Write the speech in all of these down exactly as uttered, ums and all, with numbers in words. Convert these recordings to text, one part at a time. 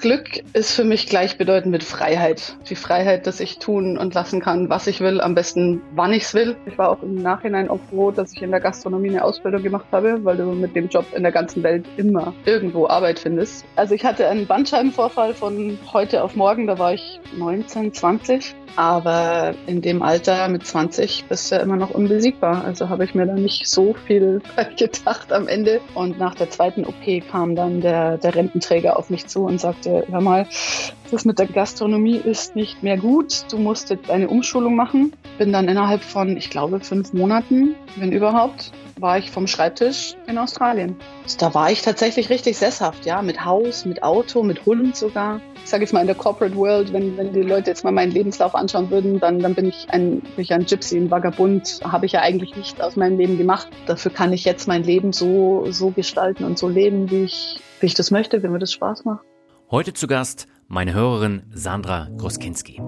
Glück ist für mich gleichbedeutend mit Freiheit. Die Freiheit, dass ich tun und lassen kann, was ich will, am besten, wann ich es will. Ich war auch im Nachhinein auch froh, dass ich in der Gastronomie eine Ausbildung gemacht habe, weil du mit dem Job in der ganzen Welt immer irgendwo Arbeit findest. Also ich hatte einen Bandscheibenvorfall von heute auf morgen, da war ich neunzehn, zwanzig. Aber in dem Alter mit zwanzig bist du ja immer noch unbesiegbar. Also habe ich mir da nicht so viel gedacht am Ende. Und nach der zweiten O P kam dann der, der Rententräger auf mich zu und sagte, hör mal, das mit der Gastronomie ist nicht mehr gut. Du musst jetzt eine Umschulung machen. Bin dann innerhalb von, ich glaube, fünf Monaten, wenn überhaupt, war ich vom Schreibtisch in Australien. Da war ich tatsächlich richtig sesshaft, ja, mit Haus, mit Auto, mit Hund sogar. Ich sage jetzt mal in der Corporate World, wenn, wenn die Leute jetzt mal meinen Lebenslauf anschauen würden, dann, dann bin ich ein, bin ich ein Gypsy, ein Vagabund, habe ich ja eigentlich nicht aus meinem Leben gemacht. Dafür kann ich jetzt mein Leben so, so gestalten und so leben, wie ich, wie ich das möchte, wenn mir das Spaß macht. Heute zu Gast meine Hörerin Sandra Groskinski.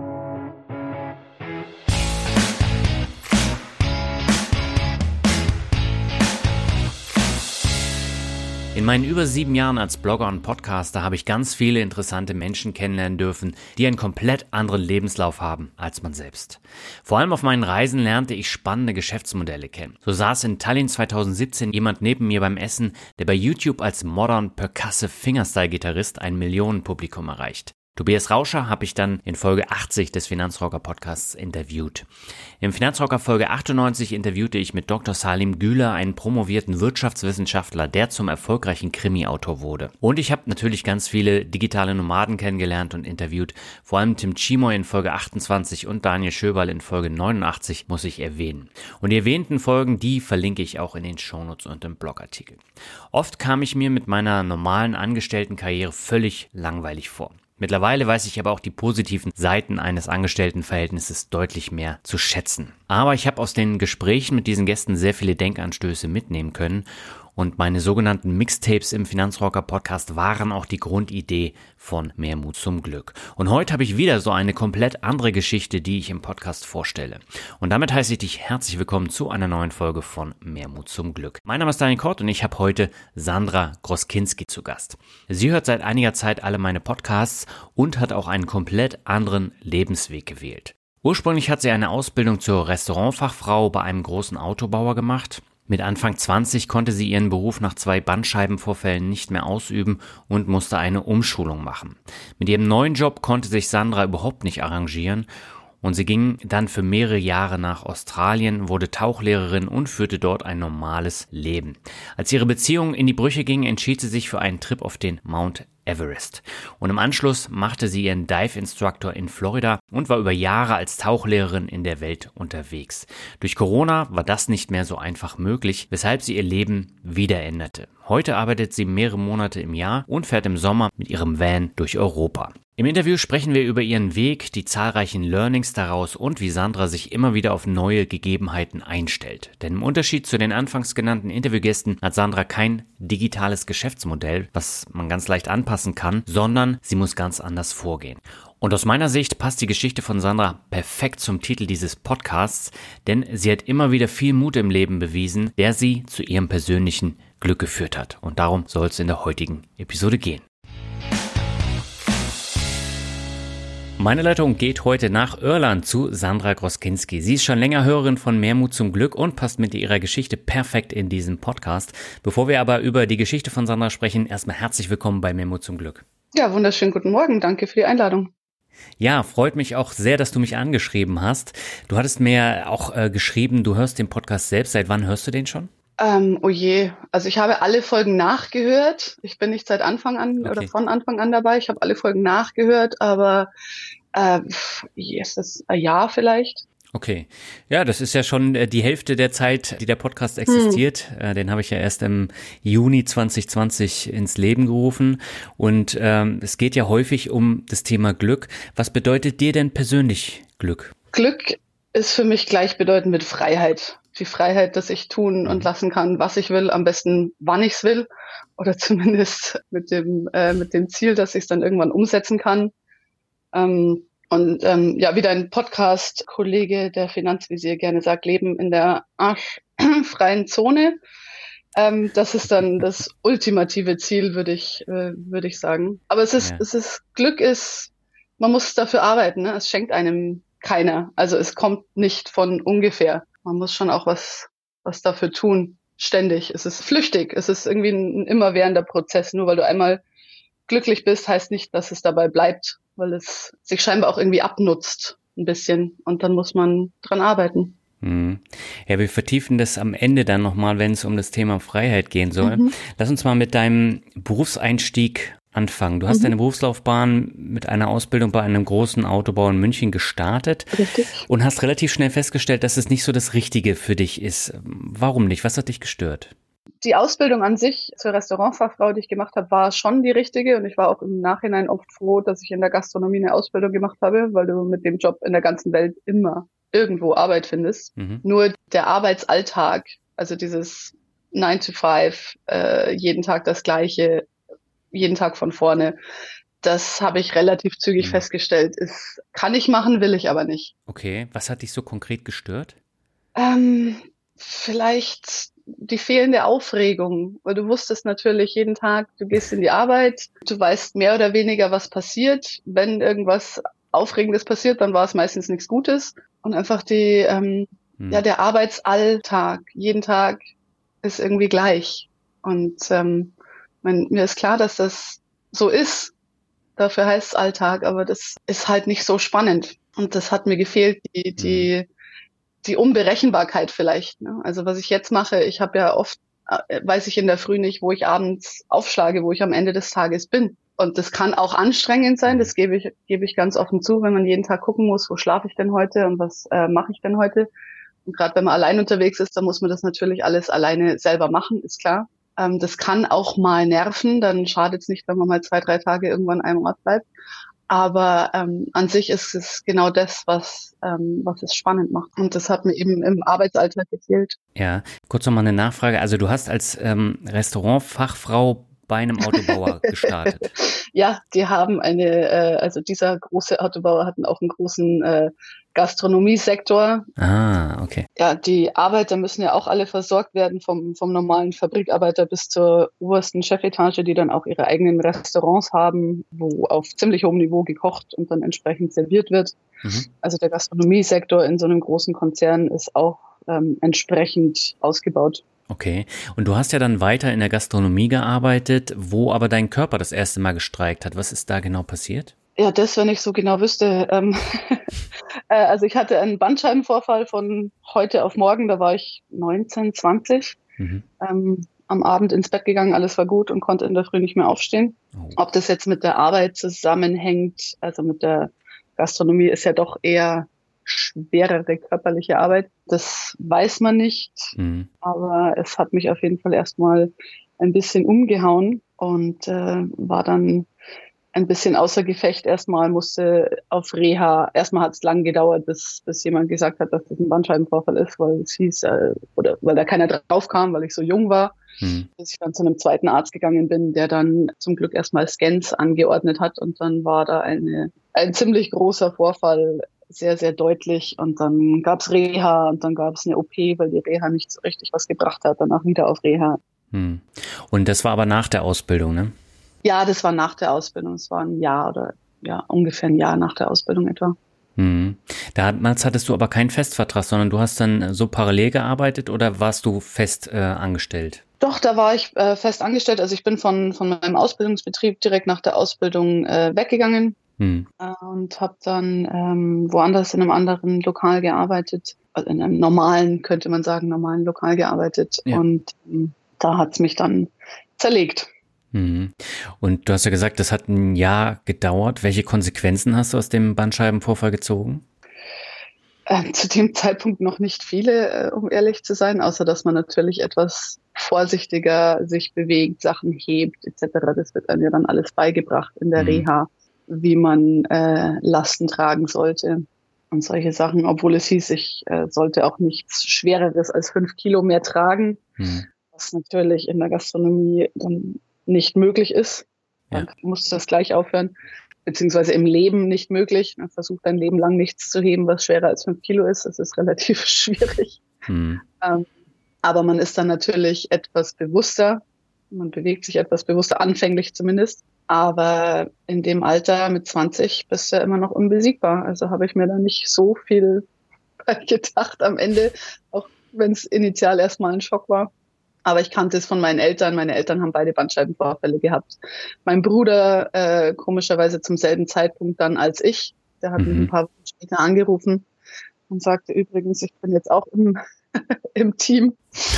In meinen über sieben Jahren als Blogger und Podcaster habe ich ganz viele interessante Menschen kennenlernen dürfen, die einen komplett anderen Lebenslauf haben als man selbst. Vor allem auf meinen Reisen lernte ich spannende Geschäftsmodelle kennen. So saß in Tallinn zweitausendsiebzehn jemand neben mir beim Essen, der bei YouTube als Modern Percussive Fingerstyle-Gitarrist ein Millionenpublikum erreicht. Tobias Rauscher habe ich dann in Folge achtzig des Finanzrocker Podcasts interviewt. Im Finanzrocker Folge achtundneunzig interviewte ich mit Doktor Salim Güler einen promovierten Wirtschaftswissenschaftler, der zum erfolgreichen Krimi-Autor wurde. Und ich habe natürlich ganz viele digitale Nomaden kennengelernt und interviewt. Vor allem Tim Cimoy in Folge achtundzwanzig und Daniel Schöberl in Folge neunundachtzig muss ich erwähnen. Und die erwähnten Folgen, die verlinke ich auch in den Shownotes und im Blogartikel. Oft kam ich mir mit meiner normalen Angestelltenkarriere völlig langweilig vor. Mittlerweile weiß ich aber auch die positiven Seiten eines Angestelltenverhältnisses deutlich mehr zu schätzen. Aber ich habe aus den Gesprächen mit diesen Gästen sehr viele Denkanstöße mitnehmen können und meine sogenannten Mixtapes im Finanzrocker Podcast waren auch die Grundidee von Mehr Mut zum Glück. Und heute habe ich wieder so eine komplett andere Geschichte, die ich im Podcast vorstelle. Und damit heiße ich dich herzlich willkommen zu einer neuen Folge von Mehr Mut zum Glück. Mein Name ist Daniel Kort und ich habe heute Sandra Groskinski zu Gast. Sie hört seit einiger Zeit alle meine Podcasts und hat auch einen komplett anderen Lebensweg gewählt. Ursprünglich hat sie eine Ausbildung zur Restaurantfachfrau bei einem großen Autobauer gemacht. Mit Anfang zwanzig konnte sie ihren Beruf nach zwei Bandscheibenvorfällen nicht mehr ausüben und musste eine Umschulung machen. Mit ihrem neuen Job konnte sich Sandra überhaupt nicht arrangieren und sie ging dann für mehrere Jahre nach Australien, wurde Tauchlehrerin und führte dort ein normales Leben. Als ihre Beziehung in die Brüche ging, entschied sie sich für einen Trip auf den Mount Everest. Und im Anschluss machte sie ihren Dive-Instructor in Florida und war über Jahre als Tauchlehrerin in der Welt unterwegs. Durch Corona war das nicht mehr so einfach möglich, weshalb sie ihr Leben wieder änderte. Heute arbeitet sie mehrere Monate im Jahr und fährt im Sommer mit ihrem Van durch Europa. Im Interview sprechen wir über ihren Weg, die zahlreichen Learnings daraus und wie Sandra sich immer wieder auf neue Gegebenheiten einstellt. Denn im Unterschied zu den anfangs genannten Interviewgästen hat Sandra kein digitales Geschäftsmodell, was man ganz leicht anpassen kann, sondern sie muss ganz anders vorgehen. Und aus meiner Sicht passt die Geschichte von Sandra perfekt zum Titel dieses Podcasts, denn sie hat immer wieder viel Mut im Leben bewiesen, der sie zu ihrem persönlichen Glück geführt hat. Und darum soll es in der heutigen Episode gehen. Meine Leitung geht heute nach Irland zu Sandra Groskinski. Sie ist schon länger Hörerin von Mehr Mut zum Glück und passt mit ihrer Geschichte perfekt in diesen Podcast. Bevor wir aber über die Geschichte von Sandra sprechen, erstmal herzlich willkommen bei Mehr Mut zum Glück. Ja, wunderschönen guten Morgen. Danke für die Einladung. Ja, freut mich auch sehr, dass du mich angeschrieben hast. Du hattest mir auch äh, geschrieben, du hörst den Podcast selbst. Seit wann hörst du den schon? Ähm, oh je, also ich habe alle Folgen nachgehört. Ich bin nicht seit Anfang an Okay. oder von Anfang an dabei. Ich habe alle Folgen nachgehört, aber äh, ist das ein Jahr vielleicht? Okay, ja, das ist ja schon äh, die Hälfte der Zeit, die der Podcast existiert. Hm. Äh, den habe ich ja erst im Juni zwanzig zwanzig ins Leben gerufen und ähm, es geht ja häufig um das Thema Glück. Was bedeutet dir denn persönlich Glück? Glück ist für mich gleichbedeutend mit Freiheit. Die Freiheit, dass ich tun und lassen kann, was ich will, am besten wann ich es will oder zumindest mit dem äh, mit dem Ziel, dass ich es dann irgendwann umsetzen kann. Ähm, und ähm, ja, wie dein Podcast-Kollege der Finanzvisier gerne sagt, leben in der arschfreien Zone. Ähm, das ist dann das ultimative Ziel, würde ich, äh, würde ich sagen. Aber es ist, Ja. es ist, Glück ist, man muss dafür arbeiten, ne? Es schenkt einem keiner. Also es kommt nicht von ungefähr. Man muss schon auch was, was dafür tun. Ständig. Es ist flüchtig. Es ist irgendwie ein, ein immerwährender Prozess. Nur weil du einmal glücklich bist, heißt nicht, dass es dabei bleibt, weil es sich scheinbar auch irgendwie abnutzt. Ein bisschen. Und dann muss man dran arbeiten. Hm. Ja, wir vertiefen das am Ende dann nochmal, wenn es um das Thema Freiheit gehen soll. Mhm. Lass uns mal mit deinem Berufseinstieg anfangen. Du hast Mhm. deine Berufslaufbahn mit einer Ausbildung bei einem großen Autobauer in München gestartet. Richtig. Und hast relativ schnell festgestellt, dass es nicht so das Richtige für dich ist. Warum nicht? Was hat dich gestört? Die Ausbildung an sich zur Restaurantfachfrau, die ich gemacht habe, war schon die richtige. Und ich war auch im Nachhinein oft froh, dass ich in der Gastronomie eine Ausbildung gemacht habe, weil du mit dem Job in der ganzen Welt immer irgendwo Arbeit findest. Mhm. Nur der Arbeitsalltag, also dieses nine to five, äh, jeden Tag das Gleiche, jeden Tag von vorne, das habe ich relativ zügig Mhm. festgestellt. Ist, kann ich machen, will ich aber nicht. Okay, was hat dich so konkret gestört? Ähm, vielleicht die fehlende Aufregung, weil du wusstest natürlich jeden Tag, du gehst in die Arbeit, du weißt mehr oder weniger, was passiert. Wenn irgendwas Aufregendes passiert, dann war es meistens nichts Gutes. Und einfach die, ähm, Hm. ja, der Arbeitsalltag, jeden Tag ist irgendwie gleich. Und ähm, mein, mir ist klar, dass das so ist. Dafür heißt es Alltag, aber das ist halt nicht so spannend. Und das hat mir gefehlt, die, die, die Unberechenbarkeit vielleicht. Ne? Also was ich jetzt mache, ich habe ja oft, äh, weiß ich in der Früh nicht, wo ich abends aufschlage, wo ich am Ende des Tages bin. Und das kann auch anstrengend sein, das gebe ich, gebe ich ganz offen zu, wenn man jeden Tag gucken muss, wo schlafe ich denn heute und was äh, mache ich denn heute. Und gerade wenn man allein unterwegs ist, dann muss man das natürlich alles alleine selber machen, ist klar. Ähm, das kann auch mal nerven, dann schadet es nicht, wenn man mal zwei, drei Tage irgendwann an einem Ort bleibt. Aber ähm, an sich ist es genau das, was, ähm, was es spannend macht. Und das hat mir eben im Arbeitsalltag gefehlt. Ja, kurz nochmal eine Nachfrage. Also du hast als ähm, Restaurantfachfrau bei einem Autobauer gestartet. Ja, die haben eine, äh, also dieser große Autobauer hatten auch einen großen äh, Gastronomiesektor. Ah, okay. Ja, die Arbeiter müssen ja auch alle versorgt werden, vom, vom normalen Fabrikarbeiter bis zur obersten Chefetage, die dann auch ihre eigenen Restaurants haben, wo auf ziemlich hohem Niveau gekocht und dann entsprechend serviert wird. Mhm. Also der Gastronomiesektor in so einem großen Konzern ist auch ähm, entsprechend ausgebaut. Okay. Und du hast ja dann weiter in der Gastronomie gearbeitet, wo aber dein Körper das erste Mal gestreikt hat. Was ist da genau passiert? Ja, das, wenn ich so genau wüsste. Ähm, äh, also ich hatte einen Bandscheibenvorfall von heute auf morgen, da war ich neunzehn, zwanzig. Mhm. Ähm, am Abend ins Bett gegangen, alles war gut und konnte in der Früh nicht mehr aufstehen. Oh. Ob das jetzt mit der Arbeit zusammenhängt, also mit der Gastronomie ist ja doch eher schwerere körperliche Arbeit, das weiß man nicht. Mhm. Aber es hat mich auf jeden Fall erstmal ein bisschen umgehauen und äh, war dann ein bisschen außer Gefecht erstmal, musste auf Reha. Erstmal hat es lang gedauert, bis, bis jemand gesagt hat, dass das ein Bandscheibenvorfall ist, weil es hieß, äh, oder weil da keiner drauf kam, weil ich so jung war. Mhm. Bis ich dann zu einem zweiten Arzt gegangen bin, der dann zum Glück erstmal Scans angeordnet hat und dann war da eine, ein ziemlich großer Vorfall, sehr, sehr deutlich und dann gab's Reha und dann gab's eine O P, weil die Reha nicht so richtig was gebracht hat, danach wieder auf Reha. Mhm. Und das war aber nach der Ausbildung, ne? Ja, das war nach der Ausbildung. Es war ein Jahr oder ja ungefähr ein Jahr nach der Ausbildung etwa. Mhm. Damals hattest du aber keinen Festvertrag, sondern du hast dann so parallel gearbeitet oder warst du fest äh, angestellt? Doch, da war ich äh, fest angestellt. Also ich bin von, von meinem Ausbildungsbetrieb direkt nach der Ausbildung äh, weggegangen Mhm. äh, und habe dann ähm, woanders in einem anderen Lokal gearbeitet. Also in einem normalen, könnte man sagen, normalen Lokal gearbeitet. Ja. Und ähm, da hat's mich dann zerlegt. Mhm. Und du hast ja gesagt, das hat ein Jahr gedauert. Welche Konsequenzen hast du aus dem Bandscheibenvorfall gezogen? Äh, zu dem Zeitpunkt noch nicht viele, äh, um ehrlich zu sein, außer dass man natürlich etwas vorsichtiger sich bewegt, Sachen hebt et cetera. Das wird einem ja dann alles beigebracht in der Mhm. Reha, wie man äh, Lasten tragen sollte und solche Sachen, obwohl es hieß, ich äh, sollte auch nichts Schwereres als fünf Kilo mehr tragen, Mhm. was natürlich in der Gastronomie dann nicht möglich ist. Ja. Dann musst du das gleich aufhören. Beziehungsweise im Leben nicht möglich. Versuch dein Leben lang nichts zu heben, was schwerer als fünf Kilo ist. Das ist relativ schwierig. Mhm. Ähm, Aber man ist dann natürlich etwas bewusster. Man bewegt sich etwas bewusster, anfänglich zumindest. Aber in dem Alter mit zwanzig bist du ja immer noch unbesiegbar. Also habe ich mir da nicht so viel gedacht am Ende, auch wenn es initial erstmal ein Schock war. Aber ich kannte es von meinen Eltern. Meine Eltern haben beide Bandscheibenvorfälle gehabt. Mein Bruder äh, komischerweise zum selben Zeitpunkt dann als ich. Der hat mhm. mich ein paar Wochen später angerufen und sagte übrigens, ich bin jetzt auch im, im Team.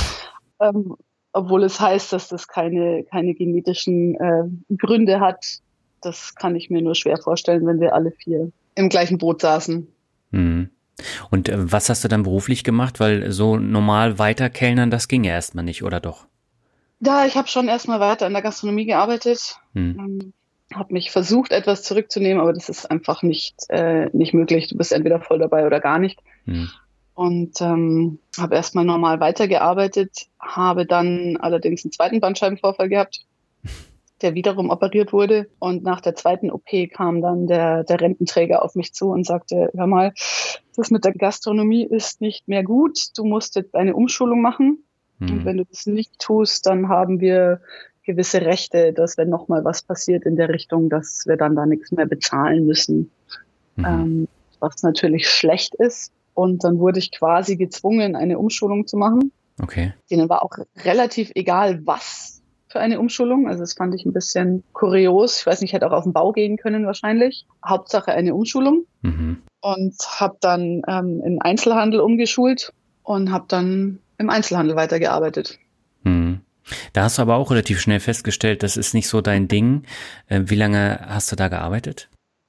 Ähm, obwohl es heißt, dass das keine, keine genetischen äh, Gründe hat. Das kann ich mir nur schwer vorstellen, wenn wir alle vier im gleichen Boot saßen. Mhm. Und äh, was hast du dann beruflich gemacht? Weil so normal weiterkellnern, das ging ja erstmal nicht, oder doch? Ja, ich habe schon erstmal weiter in der Gastronomie gearbeitet. Mhm. Ähm, habe mich versucht, etwas zurückzunehmen, aber das ist einfach nicht, äh, nicht möglich. Du bist entweder voll dabei oder gar nicht. Mhm. Und ähm, habe erstmal normal weitergearbeitet, habe dann allerdings einen zweiten Bandscheibenvorfall gehabt, der wiederum operiert wurde. Und nach der zweiten O P kam dann der, der Rententräger auf mich zu und sagte, hör mal, das mit der Gastronomie ist nicht mehr gut. Du musst jetzt eine Umschulung machen. Mhm. Und wenn du das nicht tust, dann haben wir gewisse Rechte, dass wenn nochmal was passiert in der Richtung, dass wir dann da nichts mehr bezahlen müssen. Mhm. Ähm, was natürlich schlecht ist. Und dann wurde ich quasi gezwungen, eine Umschulung zu machen. Okay. Denen war auch relativ egal, was für eine Umschulung. Also das fand ich ein bisschen kurios. Ich weiß nicht, ich hätte auch auf den Bau gehen können wahrscheinlich. Hauptsache eine Umschulung. Mhm. Und habe dann ähm, im Einzelhandel umgeschult und habe dann im Einzelhandel weitergearbeitet. Mhm. Da hast du aber auch relativ schnell festgestellt, das ist nicht so dein Ding. Äh, wie lange hast du da gearbeitet?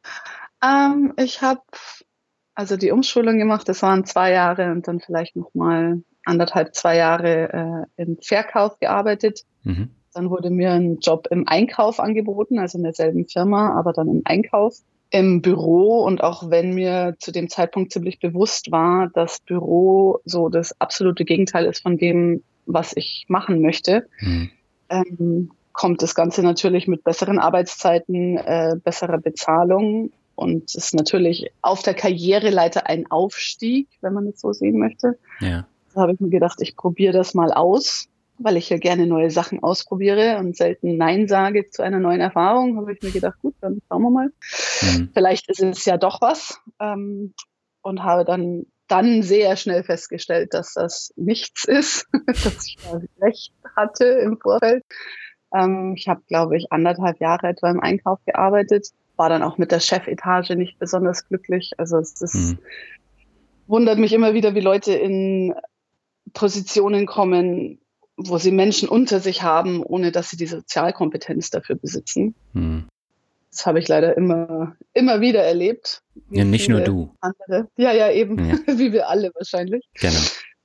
Ähm, ich habe also die Umschulung gemacht, das waren zwei Jahre und dann vielleicht nochmal anderthalb, zwei Jahre äh, im Verkauf gearbeitet. Mhm. Dann wurde mir ein Job im Einkauf angeboten, also in derselben Firma, aber dann im Einkauf, im Büro. Und auch wenn mir zu dem Zeitpunkt ziemlich bewusst war, dass Büro so das absolute Gegenteil ist von dem, was ich machen möchte, mhm. ähm, kommt das Ganze natürlich mit besseren Arbeitszeiten, äh, besserer Bezahlung. Und ist natürlich auf der Karriereleiter ein Aufstieg, wenn man es so sehen möchte. Ja. Da habe ich mir gedacht, ich probiere das mal aus, weil ich ja gerne neue Sachen ausprobiere und selten Nein sage zu einer neuen Erfahrung. Habe ich mir gedacht, gut, dann schauen wir mal. Mhm. Vielleicht ist es ja doch was. Ähm, und habe dann, dann sehr schnell festgestellt, dass das nichts ist, dass ich da recht hatte im Vorfeld. Ähm, ich habe, glaube ich, anderthalb Jahre etwa im Einkauf gearbeitet. War dann auch mit der Chefetage nicht besonders glücklich. Also es ist, hm. wundert mich immer wieder, wie Leute in Positionen kommen, wo sie Menschen unter sich haben, ohne dass sie die Sozialkompetenz dafür besitzen. Hm. Das habe ich leider immer, immer wieder erlebt. Ja, nicht nur du. Andere. Ja, ja, eben, ja. Wie wir alle wahrscheinlich. Genau.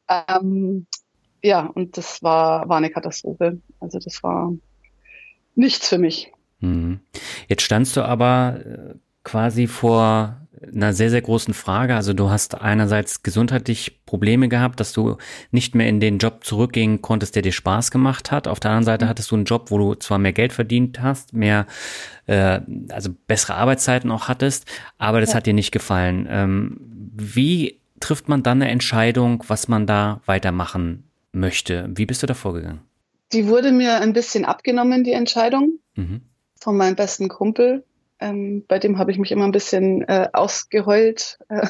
Ähm, ja, und das war, war eine Katastrophe. Also das war nichts für mich. Jetzt standst du aber quasi vor einer sehr, sehr großen Frage. Also du hast einerseits gesundheitlich Probleme gehabt, dass du nicht mehr in den Job zurückgehen konntest, der dir Spaß gemacht hat. Auf der anderen Seite hattest du einen Job, wo du zwar mehr Geld verdient hast, mehr, äh, also bessere Arbeitszeiten auch hattest, aber das ja. hat dir nicht gefallen. Ähm, wie trifft man dann eine Entscheidung, was man da weitermachen möchte? Wie bist du da vorgegangen? Die wurde mir ein bisschen abgenommen, die Entscheidung. Mhm. Von meinem besten Kumpel. Ähm, bei dem habe ich mich immer ein bisschen äh, ausgeheult, äh,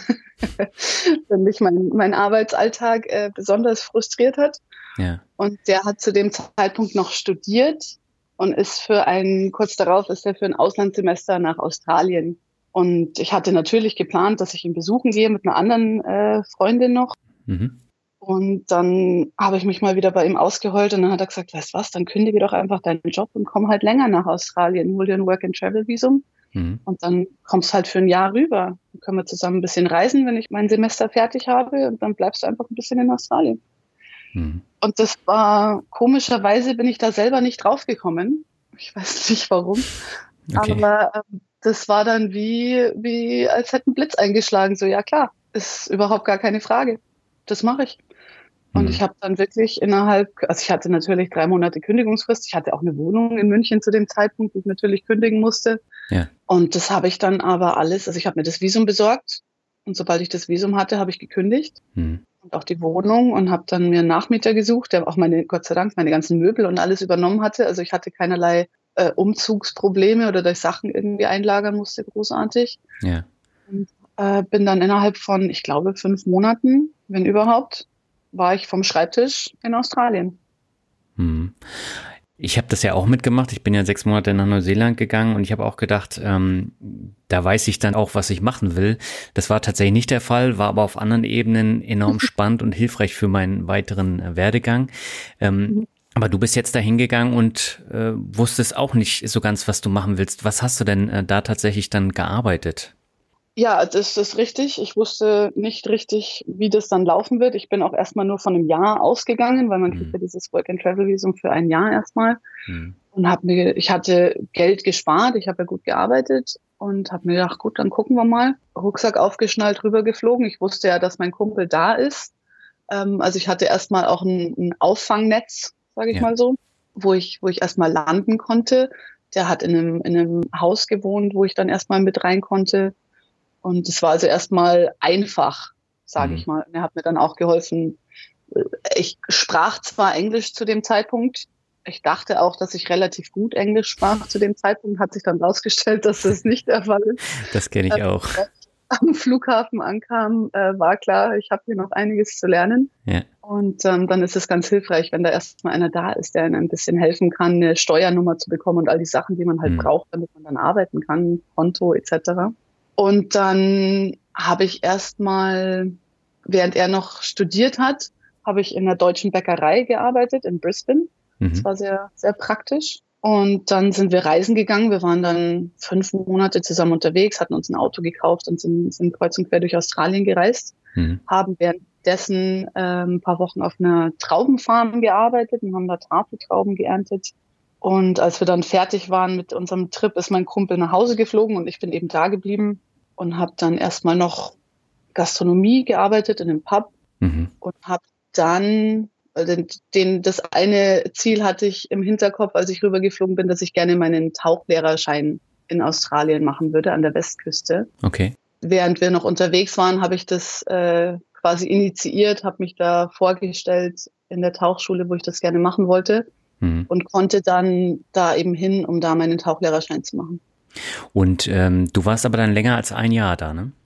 wenn mich mein, mein Arbeitsalltag äh, besonders frustriert hat. Ja. Und der hat zu dem Zeitpunkt noch studiert und ist für ein, kurz darauf ist er für ein Auslandssemester nach Australien. Und ich hatte natürlich geplant, dass ich ihn besuchen gehe mit einer anderen äh, Freundin noch. Mhm. Und dann habe ich mich mal wieder bei ihm ausgeheult und dann hat er gesagt, weißt was, dann kündige doch einfach deinen Job und komm halt länger nach Australien, hol dir ein Work-and-Travel-Visum mhm. und dann kommst halt für ein Jahr rüber. Dann können wir zusammen ein bisschen reisen, wenn ich mein Semester fertig habe und dann bleibst du einfach ein bisschen in Australien. Mhm. Und das war, komischerweise bin ich da selber nicht draufgekommen. Ich weiß nicht warum, okay. aber ähm, das war dann wie, wie als hätte ein Blitz eingeschlagen. So, ja klar, ist überhaupt gar keine Frage. Das mache ich. Und mhm. ich habe dann wirklich innerhalb, also ich hatte natürlich drei Monate Kündigungsfrist. Ich hatte auch eine Wohnung in München zu dem Zeitpunkt, die ich natürlich kündigen musste. Ja. Und das habe ich dann aber alles, also ich habe mir das Visum besorgt. Und sobald ich das Visum hatte, habe ich gekündigt. Mhm. und auch die Wohnung und habe dann mir einen Nachmieter gesucht, der auch meine, Gott sei Dank, meine ganzen Möbel und alles übernommen hatte. Also ich hatte keinerlei äh, Umzugsprobleme oder dass ich Sachen irgendwie einlagern musste, großartig. Ja. Und äh, bin dann innerhalb von, ich glaube, fünf Monaten, wenn überhaupt, war ich vom Schreibtisch in Australien. Hm. Ich habe das ja auch mitgemacht. Ich bin ja sechs Monate nach Neuseeland gegangen und ich habe auch gedacht, ähm, da weiß ich dann auch, was ich machen will. Das war tatsächlich nicht der Fall, war aber auf anderen Ebenen enorm spannend und hilfreich für meinen weiteren äh, Werdegang. Ähm, mhm. Aber du bist jetzt da hingegangen und äh, wusstest auch nicht so ganz, was du machen willst. Was hast du denn äh, da tatsächlich dann gearbeitet? Ja, das ist richtig. Ich wusste nicht richtig, wie das dann laufen wird. Ich bin auch erstmal nur von einem Jahr ausgegangen, weil man kriegt ja dieses Work-and-Travel-Visum für ein Jahr erstmal. Mhm. Und hab mir, ich hatte Geld gespart, ich habe ja gut gearbeitet und habe mir gedacht, gut, dann gucken wir mal. Rucksack aufgeschnallt, rübergeflogen. Ich wusste ja, dass mein Kumpel da ist. Ähm, also ich hatte erstmal auch ein, ein Auffangnetz, sage ich ja. mal so, wo ich, wo ich erstmal landen konnte. Der hat in einem, in einem Haus gewohnt, wo ich dann erstmal mit rein konnte. Und es war also erstmal einfach, sage mhm. ich mal. Er hat mir dann auch geholfen. Ich sprach zwar Englisch zu dem Zeitpunkt. Ich dachte auch, dass ich relativ gut Englisch sprach zu dem Zeitpunkt. Hat sich dann rausgestellt, dass das nicht der Fall ist. Das kenne ich auch. Als ich am Flughafen ankam, äh, war klar, ich habe hier noch einiges zu lernen. Ja. Und ähm, dann ist es ganz hilfreich, wenn da erstmal einer da ist, der einem ein bisschen helfen kann, eine Steuernummer zu bekommen und all die Sachen, die man halt mhm. braucht, damit man dann arbeiten kann, Konto et cetera. Und dann habe ich erstmal, während er noch studiert hat, habe ich in einer deutschen Bäckerei gearbeitet in Brisbane. Mhm. Das war sehr, sehr praktisch. Und dann sind wir reisen gegangen. Wir waren dann fünf Monate zusammen unterwegs, hatten uns ein Auto gekauft und sind, sind kreuz und quer durch Australien gereist. Mhm. Haben währenddessen äh, ein paar Wochen auf einer Traubenfarm gearbeitet und haben da Tafeltrauben geerntet. Und als wir dann fertig waren mit unserem Trip, ist mein Kumpel nach Hause geflogen und ich bin eben da geblieben und habe dann erstmal noch Gastronomie gearbeitet in einem Pub mhm. und habe dann, den, den, das eine Ziel hatte ich im Hinterkopf, als ich rübergeflogen bin, dass ich gerne meinen Tauchlehrerschein in Australien machen würde, an der Westküste. Okay. Während wir noch unterwegs waren, habe ich das äh, quasi initiiert, habe mich da vorgestellt in der Tauchschule, wo ich das gerne machen wollte. Mhm. Und konnte dann da eben hin, um da meinen Tauchlehrerschein zu machen. Und ähm, du warst aber dann länger als ein Jahr da, ne?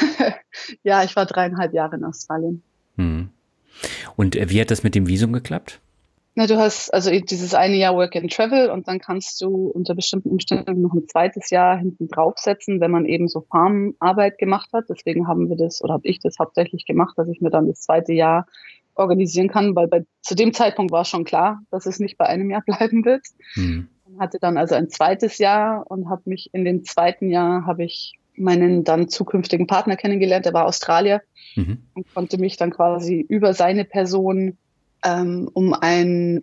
Ja, ich war dreieinhalb Jahre in Australien. Mhm. Und äh, wie hat das mit dem Visum geklappt? Na, du hast also dieses eine Jahr Work and Travel und dann kannst du unter bestimmten Umständen noch ein zweites Jahr hinten draufsetzen, wenn man eben so Farmarbeit gemacht hat. Deswegen haben wir das, oder habe ich das hauptsächlich gemacht, dass ich mir dann das zweite Jahr organisieren kann, weil bei, zu dem Zeitpunkt war schon klar, dass es nicht bei einem Jahr bleiben wird. Mhm. Und hatte dann also ein zweites Jahr und habe mich in dem zweiten Jahr habe ich meinen dann zukünftigen Partner kennengelernt, der war Australier mhm. und konnte mich dann quasi über seine Person ähm, um ein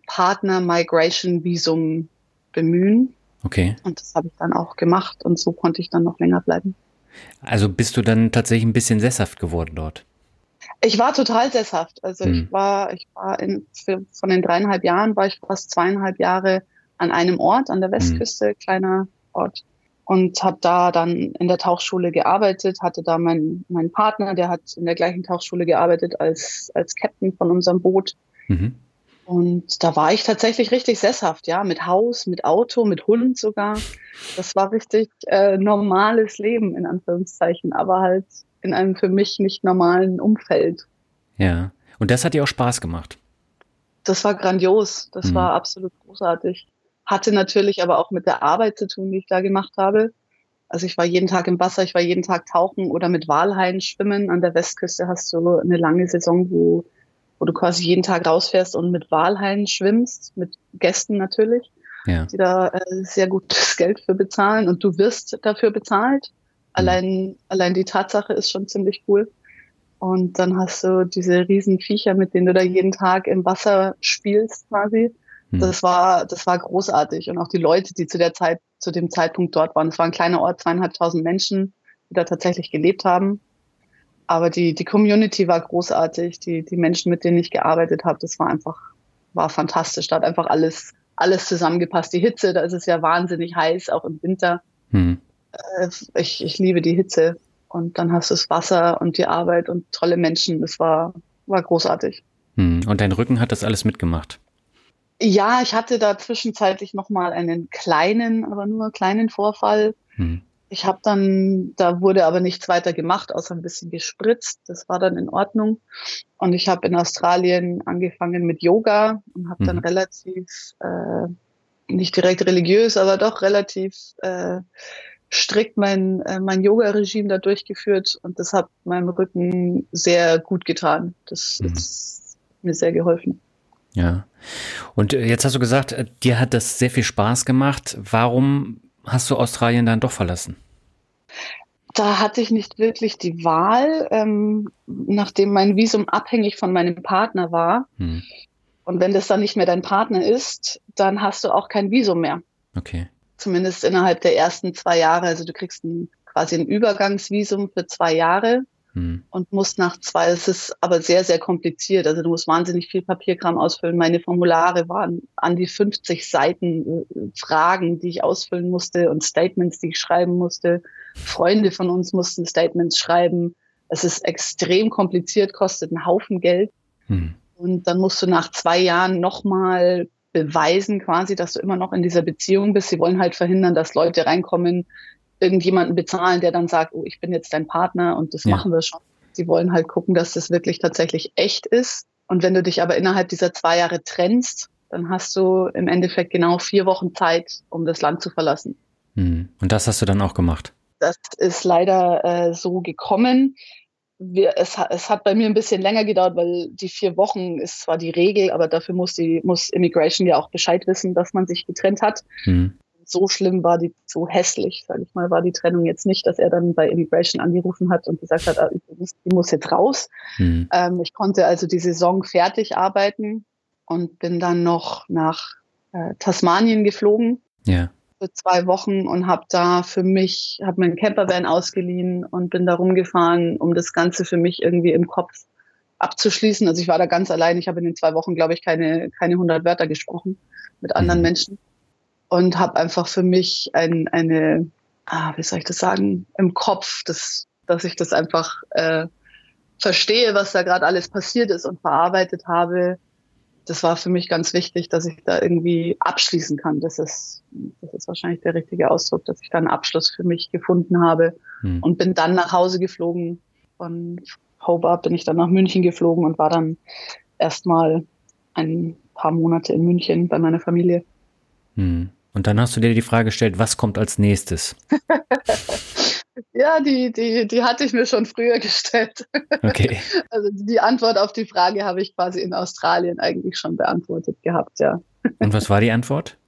Partner-Migration-Visum bemühen. Okay. Und das habe ich dann auch gemacht und so konnte ich dann noch länger bleiben. Also bist du dann tatsächlich ein bisschen sesshaft geworden dort? Ich war total sesshaft. Also hm. ich war, ich war in, für, von den dreieinhalb Jahren war ich fast zweieinhalb Jahre an einem Ort, an der Westküste, hm. kleiner Ort. Und habe da dann in der Tauchschule gearbeitet, hatte da meinen meinen Partner, der hat in der gleichen Tauchschule gearbeitet als als Captain von unserem Boot. Mhm. Und da war ich tatsächlich richtig sesshaft, ja, mit Haus, mit Auto, mit Hund sogar. Das war richtig äh, normales Leben, in Anführungszeichen, aber halt in einem für mich nicht normalen Umfeld. Ja, und das hat dir auch Spaß gemacht? Das war grandios, das mhm. war absolut großartig. Hatte natürlich aber auch mit der Arbeit zu tun, die ich da gemacht habe. Also ich war jeden Tag im Wasser, ich war jeden Tag tauchen oder mit Walhaien schwimmen. An der Westküste hast du eine lange Saison, wo, wo du quasi jeden Tag rausfährst und mit Walhaien schwimmst, mit Gästen natürlich, ja. die da äh, sehr gutes Geld für bezahlen und du wirst dafür bezahlt. Allein, allein die Tatsache ist schon ziemlich cool. Und dann hast du diese riesen Viecher, mit denen du da jeden Tag im Wasser spielst quasi. Hm. Das war, das war großartig. Und auch die Leute, die zu der Zeit, zu dem Zeitpunkt dort waren. Es war ein kleiner Ort, zweieinhalbtausend Menschen, die da tatsächlich gelebt haben. Aber die, die Community war großartig. Die, die Menschen, mit denen ich gearbeitet habe, das war einfach, war fantastisch. Da hat einfach alles, alles zusammengepasst. Die Hitze, da ist es ja wahnsinnig heiß, auch im Winter. Hm. Ich, ich liebe die Hitze. Und dann hast du das Wasser und die Arbeit und tolle Menschen. Das war, war großartig. Hm. Und dein Rücken hat das alles mitgemacht? Ja, ich hatte da zwischenzeitlich nochmal einen kleinen, aber nur einen kleinen Vorfall. Hm. Ich habe dann, da wurde aber nichts weiter gemacht, außer ein bisschen gespritzt. Das war dann in Ordnung. Und ich habe in Australien angefangen mit Yoga und habe mhm. dann relativ, äh, nicht direkt religiös, aber doch relativ äh, strikt mein, äh, mein Yoga-Regime da durchgeführt. Und das hat meinem Rücken sehr gut getan. Das mhm. ist mir sehr geholfen. Ja. Und jetzt hast du gesagt, dir hat das sehr viel Spaß gemacht. Warum hast du Australien dann doch verlassen? Da hatte ich nicht wirklich die Wahl, ähm, nachdem mein Visum abhängig von meinem Partner war. Hm. Und wenn das dann nicht mehr dein Partner ist, dann hast du auch kein Visum mehr. Okay. Zumindest innerhalb der ersten zwei Jahre. Also du kriegst ein, quasi ein Übergangsvisum für zwei Jahre hm. und musst nach zwei, es ist aber sehr, sehr kompliziert. Also du musst wahnsinnig viel Papierkram ausfüllen. Meine Formulare waren an die fünfzig Seiten äh, Fragen, die ich ausfüllen musste und Statements, die ich schreiben musste. Freunde von uns mussten Statements schreiben. Es ist extrem kompliziert, kostet einen Haufen Geld. Hm. Und dann musst du nach zwei Jahren nochmal beweisen quasi, dass du immer noch in dieser Beziehung bist. Sie wollen halt verhindern, dass Leute reinkommen, irgendjemanden bezahlen, der dann sagt, oh, ich bin jetzt dein Partner und das ja. machen wir schon. Sie wollen halt gucken, dass das wirklich tatsächlich echt ist. Und wenn du dich aber innerhalb dieser zwei Jahre trennst, dann hast du im Endeffekt genau vier Wochen Zeit, um das Land zu verlassen. Hm. Und das hast du dann auch gemacht? Das ist leider äh, so gekommen. Wir, es, es hat bei mir ein bisschen länger gedauert, weil die vier Wochen ist zwar die Regel, aber dafür muss die muss Immigration ja auch Bescheid wissen, dass man sich getrennt hat. Mhm. So schlimm war die, so hässlich, sage ich mal, war die Trennung jetzt nicht, dass er dann bei Immigration angerufen hat und gesagt hat, ah, die muss jetzt raus. Mhm. Ähm, ich konnte also die Saison fertig arbeiten und bin dann noch nach äh, Tasmanien geflogen. Ja. Für zwei Wochen und habe da für mich, habe mir einen Campervan ausgeliehen und bin da rumgefahren, um das Ganze für mich irgendwie im Kopf abzuschließen. Also ich war da ganz allein. Ich habe in den zwei Wochen, glaube ich, keine keine hundert Wörter gesprochen mit anderen mhm. Menschen und habe einfach für mich ein, eine, ah, wie soll ich das sagen, im Kopf, das, dass ich das einfach äh, verstehe, was da gerade alles passiert ist und verarbeitet habe. Das war für mich ganz wichtig, dass ich da irgendwie abschließen kann. Das ist, das ist wahrscheinlich der richtige Ausdruck, dass ich da einen Abschluss für mich gefunden habe hm. und bin dann nach Hause geflogen. Von Hobart bin ich dann nach München geflogen und war dann erstmal ein paar Monate in München bei meiner Familie. Hm. Und dann hast du dir die Frage gestellt, was kommt als nächstes? Ja, die, die, die hatte ich mir schon früher gestellt. Okay. Also die Antwort auf die Frage habe ich quasi in Australien eigentlich schon beantwortet gehabt, ja. Und was war die Antwort?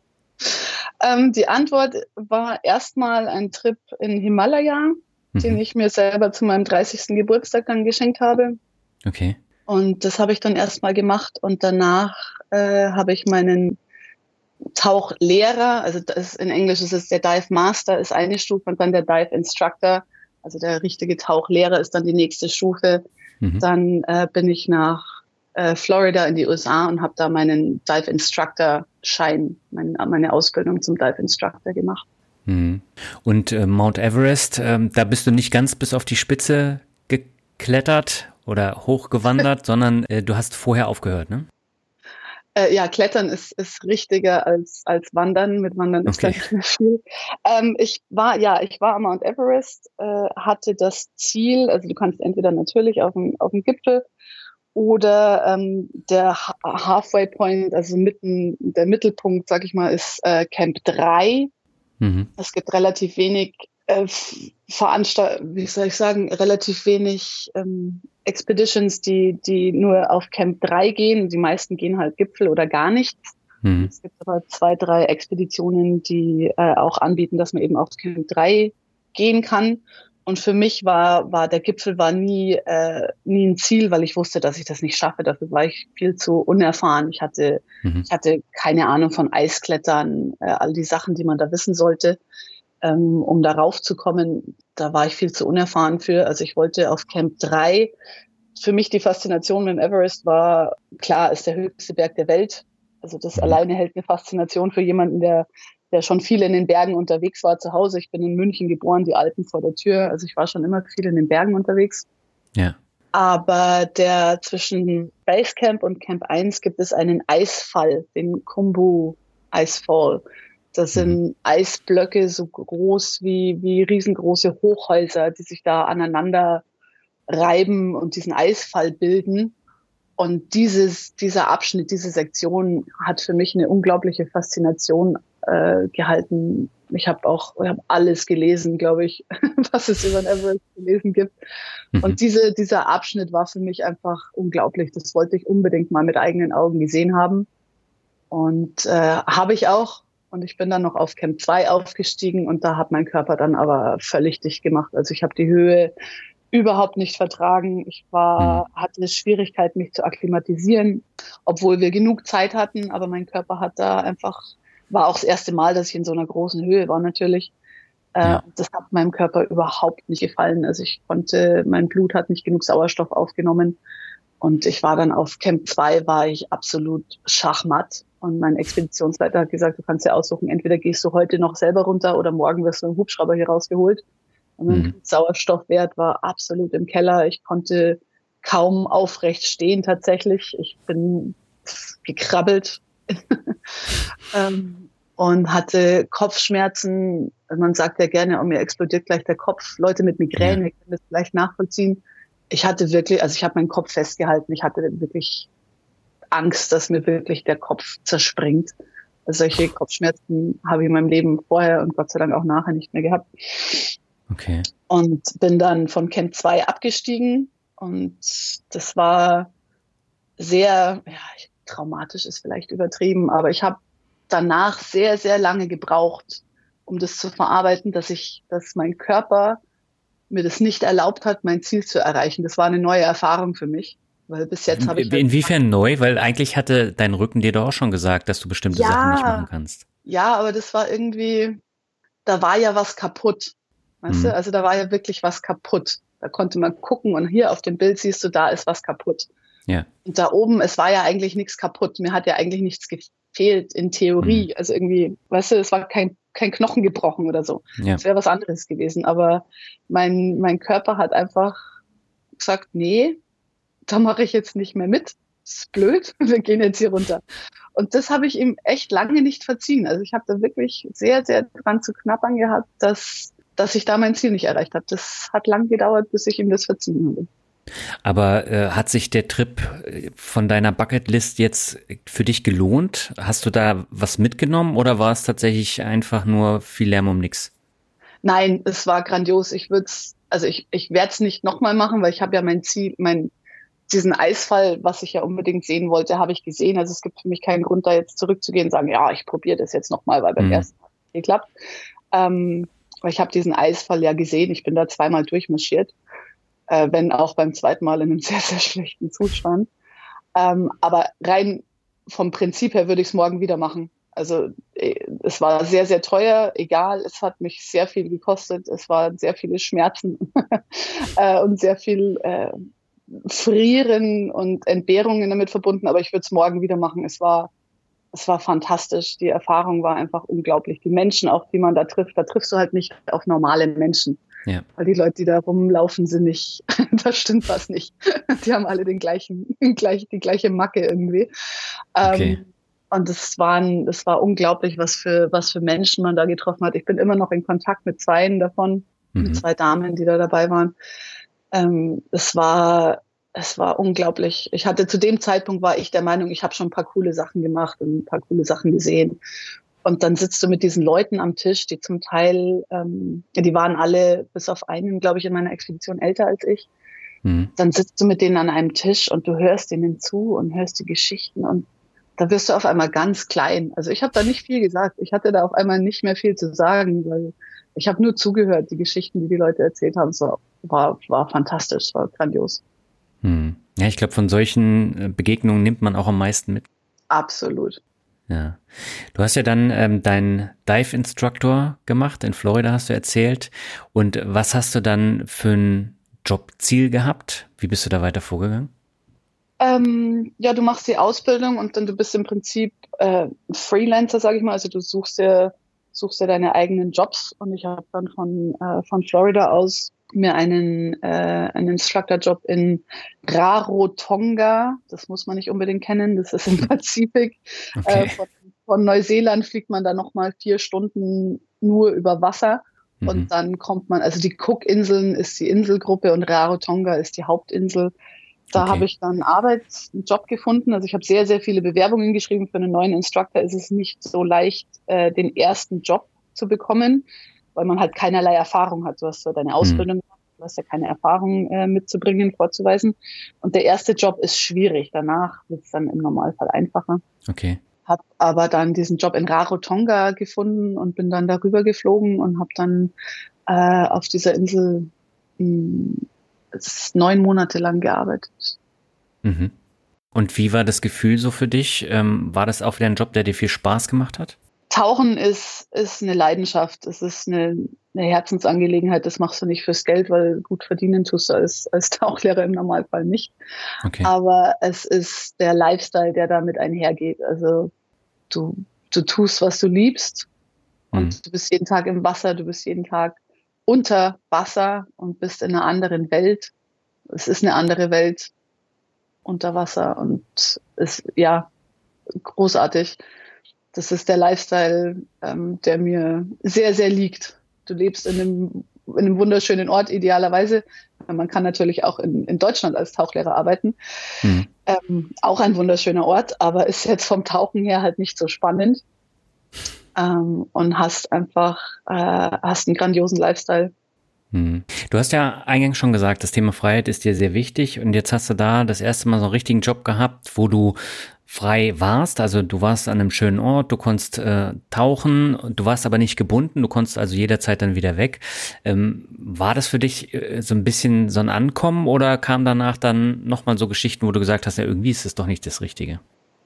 ähm, die Antwort war erstmal ein Trip in Himalaya, mhm. den ich mir selber zu meinem dreißigsten Geburtstag dann geschenkt habe. Okay. Und das habe ich dann erstmal gemacht und danach äh, habe ich meinen Tauchlehrer, also das ist, in Englisch ist es der Dive Master, ist eine Stufe und dann der Dive Instructor, also der richtige Tauchlehrer ist dann die nächste Stufe. Mhm. Dann äh, bin ich nach äh, Florida in die U S A und habe da meinen Dive Instructor Schein, mein, meine Ausbildung zum Dive Instructor gemacht. Mhm. Und äh, Mount Everest, äh, da bist du nicht ganz bis auf die Spitze geklettert oder hochgewandert, sondern äh, du hast vorher aufgehört, ne? Äh, ja, Klettern ist, ist richtiger als, als Wandern. Mit Wandern ist okay. da nicht mehr viel. Ähm, ich war, ja, ich war am Mount Everest, äh, hatte das Ziel, also du kannst entweder natürlich auf dem, auf dem Gipfel oder ähm, der ha- Halfway Point, also mitten, der Mittelpunkt, sag ich mal, ist äh, Camp drei. Mhm. Es gibt relativ wenig äh, Veranstaltungen, wie soll ich sagen, relativ wenig ähm, Expeditions, die, die nur auf Camp drei gehen. Die meisten gehen halt Gipfel oder gar nichts. Mhm. Es gibt aber zwei, drei Expeditionen, die äh, auch anbieten, dass man eben auf Camp drei gehen kann. Und für mich war, war der Gipfel war nie, äh, nie ein Ziel, weil ich wusste, dass ich das nicht schaffe. Dafür war ich viel zu unerfahren. Ich hatte, mhm. ich hatte keine Ahnung von Eisklettern, äh, all die Sachen, die man da wissen sollte. Ähm, um darauf zu kommen, da war ich viel zu unerfahren für. Also ich wollte auf Camp drei. Für mich die Faszination mit dem Everest war, klar, ist der höchste Berg der Welt. Also das mhm. alleine hält eine Faszination für jemanden, der, der schon viel in den Bergen unterwegs war zu Hause. Ich bin in München geboren, die Alpen vor der Tür. Also ich war schon immer viel in den Bergen unterwegs. Ja. Aber der zwischen Basecamp und Camp eins gibt es einen Eisfall, den Khumbu Icefall. Das sind mhm. Eisblöcke so groß wie, wie riesengroße Hochhäuser, die sich da aneinander reiben und diesen Eisfall bilden. Und dieses, dieser Abschnitt, diese Sektion hat für mich eine unglaubliche Faszination äh, gehalten. Ich habe auch ich hab alles gelesen, glaube ich, was es über den Everest zu lesen gibt. Mhm. Und diese, dieser Abschnitt war für mich einfach unglaublich. Das wollte ich unbedingt mal mit eigenen Augen gesehen haben. Und äh, habe ich auch. Und ich bin dann noch auf Camp zwei aufgestiegen und da hat mein Körper dann aber völlig dicht gemacht. Also ich habe die Höhe überhaupt nicht vertragen. Ich war, mhm. hatte Schwierigkeit, mich zu akklimatisieren, obwohl wir genug Zeit hatten. Aber mein Körper hat da einfach, war auch das erste Mal, dass ich in so einer großen Höhe war natürlich. Ja. Äh, das hat meinem Körper überhaupt nicht gefallen. Also ich konnte, mein Blut hat nicht genug Sauerstoff aufgenommen. Und ich war dann auf Camp zwei, war ich absolut schachmatt. Und mein Expeditionsleiter hat gesagt, du kannst dir aussuchen, entweder gehst du heute noch selber runter oder morgen wirst du im Hubschrauber hier rausgeholt. Und mein mhm. Sauerstoffwert war absolut im Keller. Ich konnte kaum aufrecht stehen tatsächlich. Ich bin gekrabbelt ähm, und hatte Kopfschmerzen. Man sagt ja gerne, oh, mir explodiert gleich der Kopf. Leute mit Migräne ja. können das vielleicht nachvollziehen. Ich hatte wirklich, also ich habe meinen Kopf festgehalten. Ich hatte wirklich Angst, dass mir wirklich der Kopf zerspringt. Also solche Kopfschmerzen habe ich in meinem Leben vorher und Gott sei Dank auch nachher nicht mehr gehabt. Okay. Und bin dann von Camp zwei abgestiegen und das war sehr, ja, traumatisch ist vielleicht übertrieben, aber ich habe danach sehr, sehr lange gebraucht, um das zu verarbeiten, dass ich, dass mein Körper mir das nicht erlaubt hat, mein Ziel zu erreichen. Das war eine neue Erfahrung für mich. Weil bis jetzt habe ich. Inwiefern halt neu? Weil eigentlich hatte dein Rücken dir doch auch schon gesagt, dass du bestimmte ja, Sachen nicht machen kannst. Ja, aber das war irgendwie, da war ja was kaputt. Weißt mhm. du? Also da war ja wirklich was kaputt. Da konnte man gucken und hier auf dem Bild siehst du, da ist was kaputt. Ja. Und da oben, es war ja eigentlich nichts kaputt. Mir hat ja eigentlich nichts gefehlt in Theorie. Mhm. Also irgendwie, weißt du, es war kein, kein Knochen gebrochen oder so. Ja. Es wäre was anderes gewesen. Aber mein, mein Körper hat einfach gesagt, nee, da mache ich jetzt nicht mehr mit. Das ist blöd, wir gehen jetzt hier runter. Und das habe ich ihm echt lange nicht verziehen. Also ich habe da wirklich sehr, sehr dran zu knabbern gehabt, dass, dass ich da mein Ziel nicht erreicht habe. Das hat lang gedauert, bis ich ihm das verziehen habe. Aber äh, hat sich der Trip von deiner Bucketlist jetzt für dich gelohnt? Hast du da was mitgenommen oder war es tatsächlich einfach nur viel Lärm um nix? Nein, es war grandios. Ich würde es, also ich, ich werde es nicht nochmal machen, weil ich habe ja mein Ziel, mein diesen Eisfall, was ich ja unbedingt sehen wollte, habe ich gesehen. Also es gibt für mich keinen Grund, da jetzt zurückzugehen und sagen, ja, ich probiere das jetzt nochmal, weil beim mhm. ersten Mal nicht geklappt. Ähm, weil ich habe diesen Eisfall ja gesehen. Ich bin da zweimal durchmarschiert, äh, wenn auch beim zweiten Mal in einem sehr, sehr schlechten Zustand. Ähm, aber rein vom Prinzip her würde ich es morgen wieder machen. Also es war sehr, sehr teuer, egal, es hat mich sehr viel gekostet. Es waren sehr viele Schmerzen äh, und sehr viel äh, Frieren und Entbehrungen damit verbunden, aber ich würde es morgen wieder machen. Es war, es war fantastisch. Die Erfahrung war einfach unglaublich. Die Menschen auch, die man da trifft, da triffst du halt nicht auf normale Menschen. Ja. Weil die Leute, die da rumlaufen, sind nicht, da stimmt was nicht. Die haben alle den gleichen, gleich, die gleiche Macke irgendwie. Okay. Ähm, und es waren, es war unglaublich, was für, was für Menschen man da getroffen hat. Ich bin immer noch in Kontakt mit zweien davon, mhm. mit zwei Damen, die da dabei waren. Ähm, es war, es war unglaublich. Ich hatte zu dem Zeitpunkt war ich der Meinung, ich habe schon ein paar coole Sachen gemacht und ein paar coole Sachen gesehen. Und dann sitzt du mit diesen Leuten am Tisch, die zum Teil, ähm, die waren alle bis auf einen, glaube ich, in meiner Expedition älter als ich. Mhm. Dann sitzt du mit denen an einem Tisch und du hörst ihnen zu und hörst die Geschichten und da wirst du auf einmal ganz klein. Also ich habe da nicht viel gesagt. Ich hatte da auf einmal nicht mehr viel zu sagen, weil ich habe nur zugehört, die Geschichten, die die Leute erzählt haben. So, war, war fantastisch, war grandios. Hm. Ja, ich glaube, von solchen Begegnungen nimmt man auch am meisten mit. Absolut. Ja. Du hast ja dann ähm, deinen Dive-Instructor gemacht, in Florida hast du erzählt. Und was hast du dann für ein Jobziel gehabt? Wie bist du da weiter vorgegangen? Ähm, ja, du machst die Ausbildung und dann du bist im Prinzip äh, Freelancer, sage ich mal. Also du suchst dir, suchst dir deine eigenen Jobs und ich habe dann von, äh, von Florida aus mir einen, äh, einen Instructor-Job in Rarotonga, das muss man nicht unbedingt kennen, das ist im Pazifik. Okay. Äh, von, von Neuseeland fliegt man dann nochmal vier Stunden nur über Wasser und Mhm. dann kommt man, also die Cook-Inseln ist die Inselgruppe und Rarotonga ist die Hauptinsel. Da Okay. habe ich dann Arbeit, einen Job gefunden. Also ich habe sehr, sehr viele Bewerbungen geschrieben. Für einen neuen Instructor ist es nicht so leicht, äh, den ersten Job zu bekommen, weil man halt keinerlei Erfahrung hat. Du hast so deine Ausbildung, Mhm. du hast ja keine Erfahrung äh, mitzubringen, vorzuweisen. Und der erste Job ist schwierig. Danach wird es dann im Normalfall einfacher. Okay. Habe aber dann diesen Job in Rarotonga gefunden und bin dann darüber geflogen und habe dann äh, auf dieser Insel mh, neun Monate lang gearbeitet. Mhm. Und wie war das Gefühl so für dich? Ähm, war das auch wieder ein Job, der dir viel Spaß gemacht hat? Tauchen ist, ist eine Leidenschaft. Es ist eine, eine Herzensangelegenheit. Das machst du nicht fürs Geld, weil gut verdienen tust du als, als Tauchlehrer im Normalfall nicht. Okay. Aber es ist der Lifestyle, der damit einhergeht. Also du, du tust, was du liebst und Mhm. du bist jeden Tag im Wasser, du bist jeden Tag unter Wasser und bist in einer anderen Welt. Es ist eine andere Welt unter Wasser und ist, ja, großartig. Das ist der Lifestyle, ähm, der mir sehr, sehr liegt. Du lebst in einem, in einem wunderschönen Ort, idealerweise. Man kann natürlich auch in, in Deutschland als Tauchlehrer arbeiten. Mhm. Ähm, auch ein wunderschöner Ort, aber ist jetzt vom Tauchen her halt nicht so spannend. Ähm, und hast einfach, äh, hast einen grandiosen Lifestyle. Mhm. Du hast ja eingangs schon gesagt, das Thema Freiheit ist dir sehr wichtig und jetzt hast du da das erste Mal so einen richtigen Job gehabt, wo du frei warst, also du warst an einem schönen Ort, du konntest äh, tauchen, du warst aber nicht gebunden, du konntest also jederzeit dann wieder weg. Ähm, war das für dich äh, so ein bisschen so ein Ankommen oder kam danach dann nochmal so Geschichten, wo du gesagt hast, ja irgendwie ist es doch nicht das Richtige?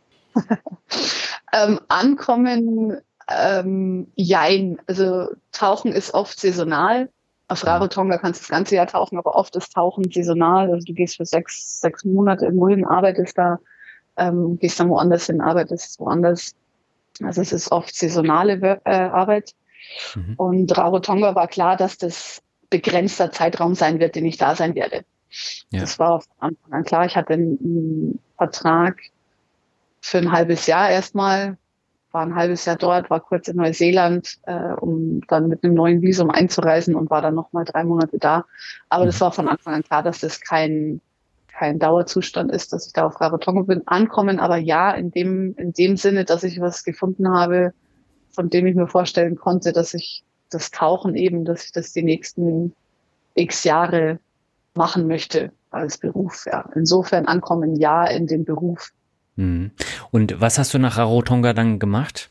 Ähm, ankommen, ähm, jein. Also Tauchen ist oft saisonal. Auf Mhm. Rarotonga kannst du das ganze Jahr tauchen, aber oft ist Tauchen saisonal. Also du gehst für sechs, sechs Monate irgendwo hin, arbeitest da, ähm, gehst dann woanders hin, arbeitest woanders. Also es ist oft saisonale äh, Arbeit. Mhm. Und Rarotonga war klar, dass das begrenzter Zeitraum sein wird, den ich da sein werde. Ja. Das war von Anfang an klar. Ich hatte einen, einen Vertrag für ein halbes Jahr erstmal, war ein halbes Jahr dort, war kurz in Neuseeland, äh, um dann mit einem neuen Visum einzureisen und war dann nochmal drei Monate da. Aber das Mhm. war von Anfang an klar, dass das kein, kein Dauerzustand ist, dass ich da auf Rarotonga bin. Ankommen, aber ja, in dem, in dem Sinne, dass ich was gefunden habe, von dem ich mir vorstellen konnte, dass ich das Tauchen eben, dass ich das die nächsten x Jahre machen möchte als Beruf. Ja, insofern ankommen, ja, in dem Beruf. Mhm. Und was hast du nach Rarotonga dann gemacht?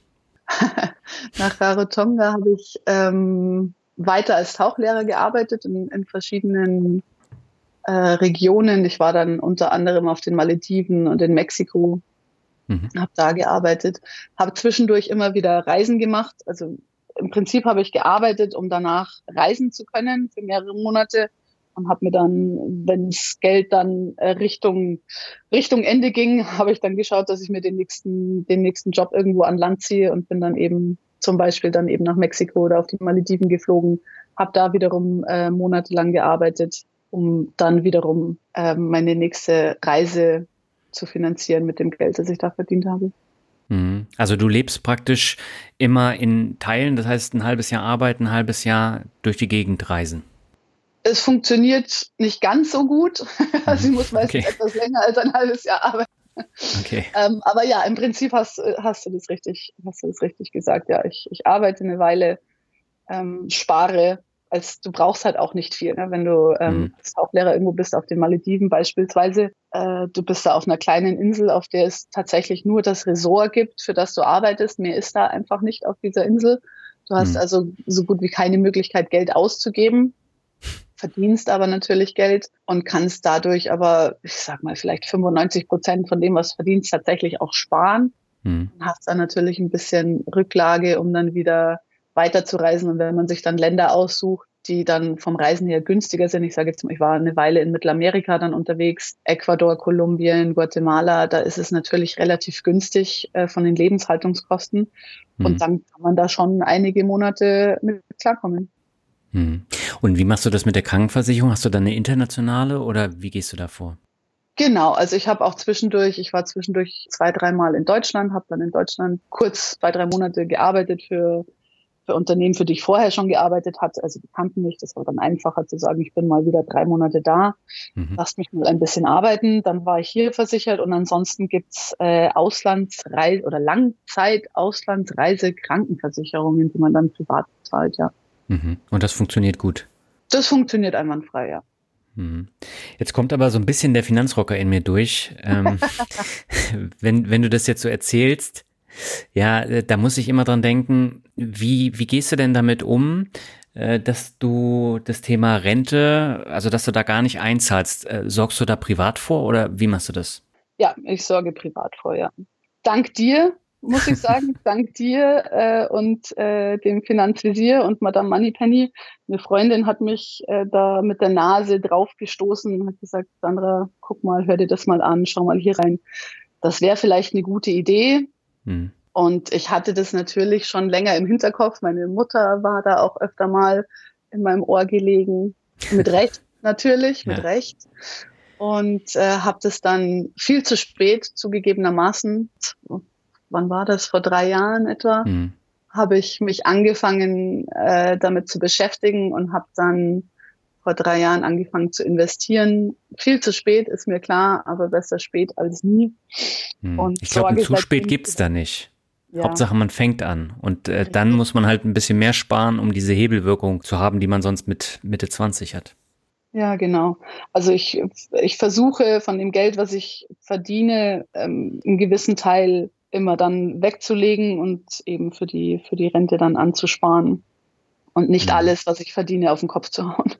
Nach Rarotonga habe ich ähm, weiter als Tauchlehrer gearbeitet in, in verschiedenen äh, Regionen. Ich war dann unter anderem auf den Malediven und in Mexiko, Mhm. habe da gearbeitet, habe zwischendurch immer wieder Reisen gemacht. Also im Prinzip habe ich gearbeitet, um danach reisen zu können für mehrere Monate und habe mir dann, wenn das Geld dann äh, Richtung Richtung Ende ging, habe ich dann geschaut, dass ich mir den nächsten den nächsten Job irgendwo an Land ziehe und bin dann eben zum Beispiel dann eben nach Mexiko oder auf die Malediven geflogen, habe da wiederum äh, monatelang gearbeitet, um dann wiederum äh, meine nächste Reise zu finanzieren mit dem Geld, das ich da verdient habe. Mhm. Also du lebst praktisch immer in Teilen, das heißt ein halbes Jahr arbeiten, ein halbes Jahr durch die Gegend reisen. Es funktioniert nicht ganz so gut. Also Mhm. ich muss meistens Okay. etwas länger als ein halbes Jahr arbeiten. Okay. Ähm, aber ja, im Prinzip hast, hast du das richtig, hast du das richtig gesagt. Ja, ich, ich arbeite eine Weile, ähm, spare, als du brauchst halt auch nicht viel. Ne? Wenn du ähm, Mhm. als Tauchlehrer irgendwo bist, auf den Malediven beispielsweise, äh, du bist da auf einer kleinen Insel, auf der es tatsächlich nur das Ressort gibt, für das du arbeitest. Mehr ist da einfach nicht auf dieser Insel. Du hast Mhm. also so gut wie keine Möglichkeit, Geld auszugeben, verdienst aber natürlich Geld und kannst dadurch aber, ich sag mal, vielleicht fünfundneunzig Prozent von dem, was du verdienst, tatsächlich auch sparen. Mhm. Und hast dann natürlich ein bisschen Rücklage, um dann wieder weiterzureisen. Und wenn man sich dann Länder aussucht, die dann vom Reisen her günstiger sind, ich sage jetzt mal, ich war eine Weile in Mittelamerika dann unterwegs, Ecuador, Kolumbien, Guatemala, da ist es natürlich relativ günstig äh, von den Lebenshaltungskosten. Und Mhm. dann kann man da schon einige Monate mit klarkommen. Hm. Und wie machst du das mit der Krankenversicherung? Hast du da eine internationale oder wie gehst du da vor? Genau, also ich habe auch zwischendurch, ich war zwischendurch zwei, dreimal in Deutschland, habe dann in Deutschland kurz zwei, drei Monate gearbeitet für für Unternehmen, für die ich vorher schon gearbeitet hatte. Also die kannten mich, das war dann einfacher zu sagen, ich bin mal wieder drei Monate da, Mhm. lasst mich mal ein bisschen arbeiten. Dann war ich hier versichert und ansonsten gibt's äh, Auslandsreise oder Langzeit-Auslandsreise-Krankenversicherungen, die man dann privat bezahlt, ja. Mhm. Und das funktioniert gut. Das funktioniert einwandfrei, ja. Mhm. Jetzt kommt aber so ein bisschen der Finanzrocker in mir durch. Ähm, wenn, wenn du das jetzt so erzählst, ja, äh, da muss ich immer dran denken, wie, wie gehst du denn damit um, äh, dass du das Thema Rente, also dass du da gar nicht einzahlst, äh, sorgst du da privat vor oder wie machst du das? Ja, ich sorge privat vor, ja. Dank dir, muss ich sagen, dank dir äh, und äh, dem Finanzvisier und Madame Moneypenny. Eine Freundin hat mich äh, da mit der Nase draufgestoßen und hat gesagt, Sandra, guck mal, hör dir das mal an, schau mal hier rein. Das wäre vielleicht eine gute Idee. Hm. Und ich hatte das natürlich schon länger im Hinterkopf. Meine Mutter war da auch öfter mal in meinem Ohr gelegen. Mit Recht, natürlich, mit ja. Recht. Und äh, habe das dann viel zu spät zugegebenermaßen, wann war das, vor drei Jahren etwa, mhm. habe ich mich angefangen äh, damit zu beschäftigen und habe dann vor drei Jahren angefangen zu investieren. Viel zu spät, ist mir klar, aber besser spät als nie. Mhm. Und ich glaube, zu spät gibt's da nicht. Ja. Hauptsache, man fängt an. Und äh, dann muss man halt ein bisschen mehr sparen, um diese Hebelwirkung zu haben, die man sonst mit Mitte zwanzig hat. Ja, genau. Also ich, ich versuche von dem Geld, was ich verdiene, ähm, einen gewissen Teil immer dann wegzulegen und eben für die, für die Rente dann anzusparen und nicht mhm. alles, was ich verdiene, auf den Kopf zu hauen.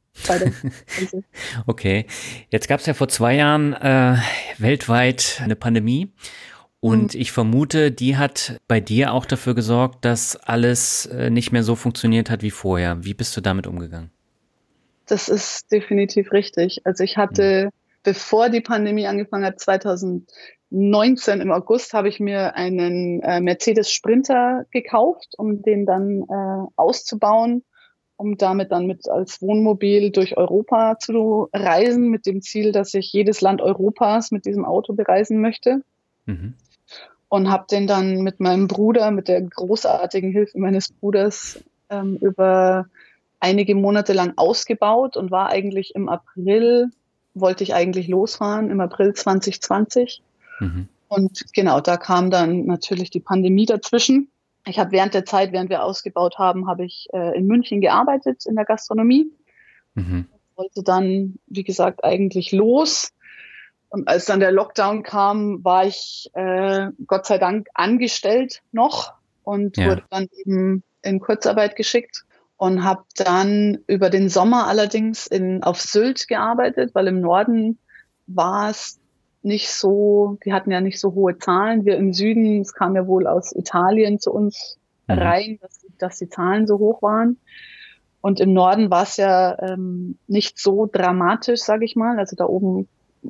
Okay. Jetzt gab es ja vor zwei Jahren äh, weltweit eine Pandemie. Und mhm. ich vermute, die hat bei dir auch dafür gesorgt, dass alles äh, nicht mehr so funktioniert hat wie vorher. Wie bist du damit umgegangen? Das ist definitiv richtig. Also ich hatte, mhm. bevor die Pandemie angefangen hat, zwanzig neunzehn im August, habe ich mir einen äh, Mercedes Sprinter gekauft, um den dann äh, auszubauen, um damit dann mit als Wohnmobil durch Europa zu reisen, mit dem Ziel, dass ich jedes Land Europas mit diesem Auto bereisen möchte. Mhm. Und habe den dann mit meinem Bruder, mit der großartigen Hilfe meines Bruders, ähm, über einige Monate lang ausgebaut und war eigentlich im April, wollte ich eigentlich losfahren, im April zwanzig zwanzig. Mhm. Und genau, da kam dann natürlich die Pandemie dazwischen. Ich habe während der Zeit, während wir ausgebaut haben, habe ich äh, in München gearbeitet, in der Gastronomie. Mhm. Wollte dann, wie gesagt, eigentlich los. Und als dann der Lockdown kam, war ich äh, Gott sei Dank angestellt noch und ja. wurde dann eben in Kurzarbeit geschickt und habe dann über den Sommer allerdings in, auf Sylt gearbeitet, weil im Norden war es nicht so, die hatten ja nicht so hohe Zahlen. Wir im Süden, es kam ja wohl aus Italien zu uns mhm. rein, dass, dass die Zahlen so hoch waren. Und im Norden war es ja ähm, nicht so dramatisch, sage ich mal. Also da oben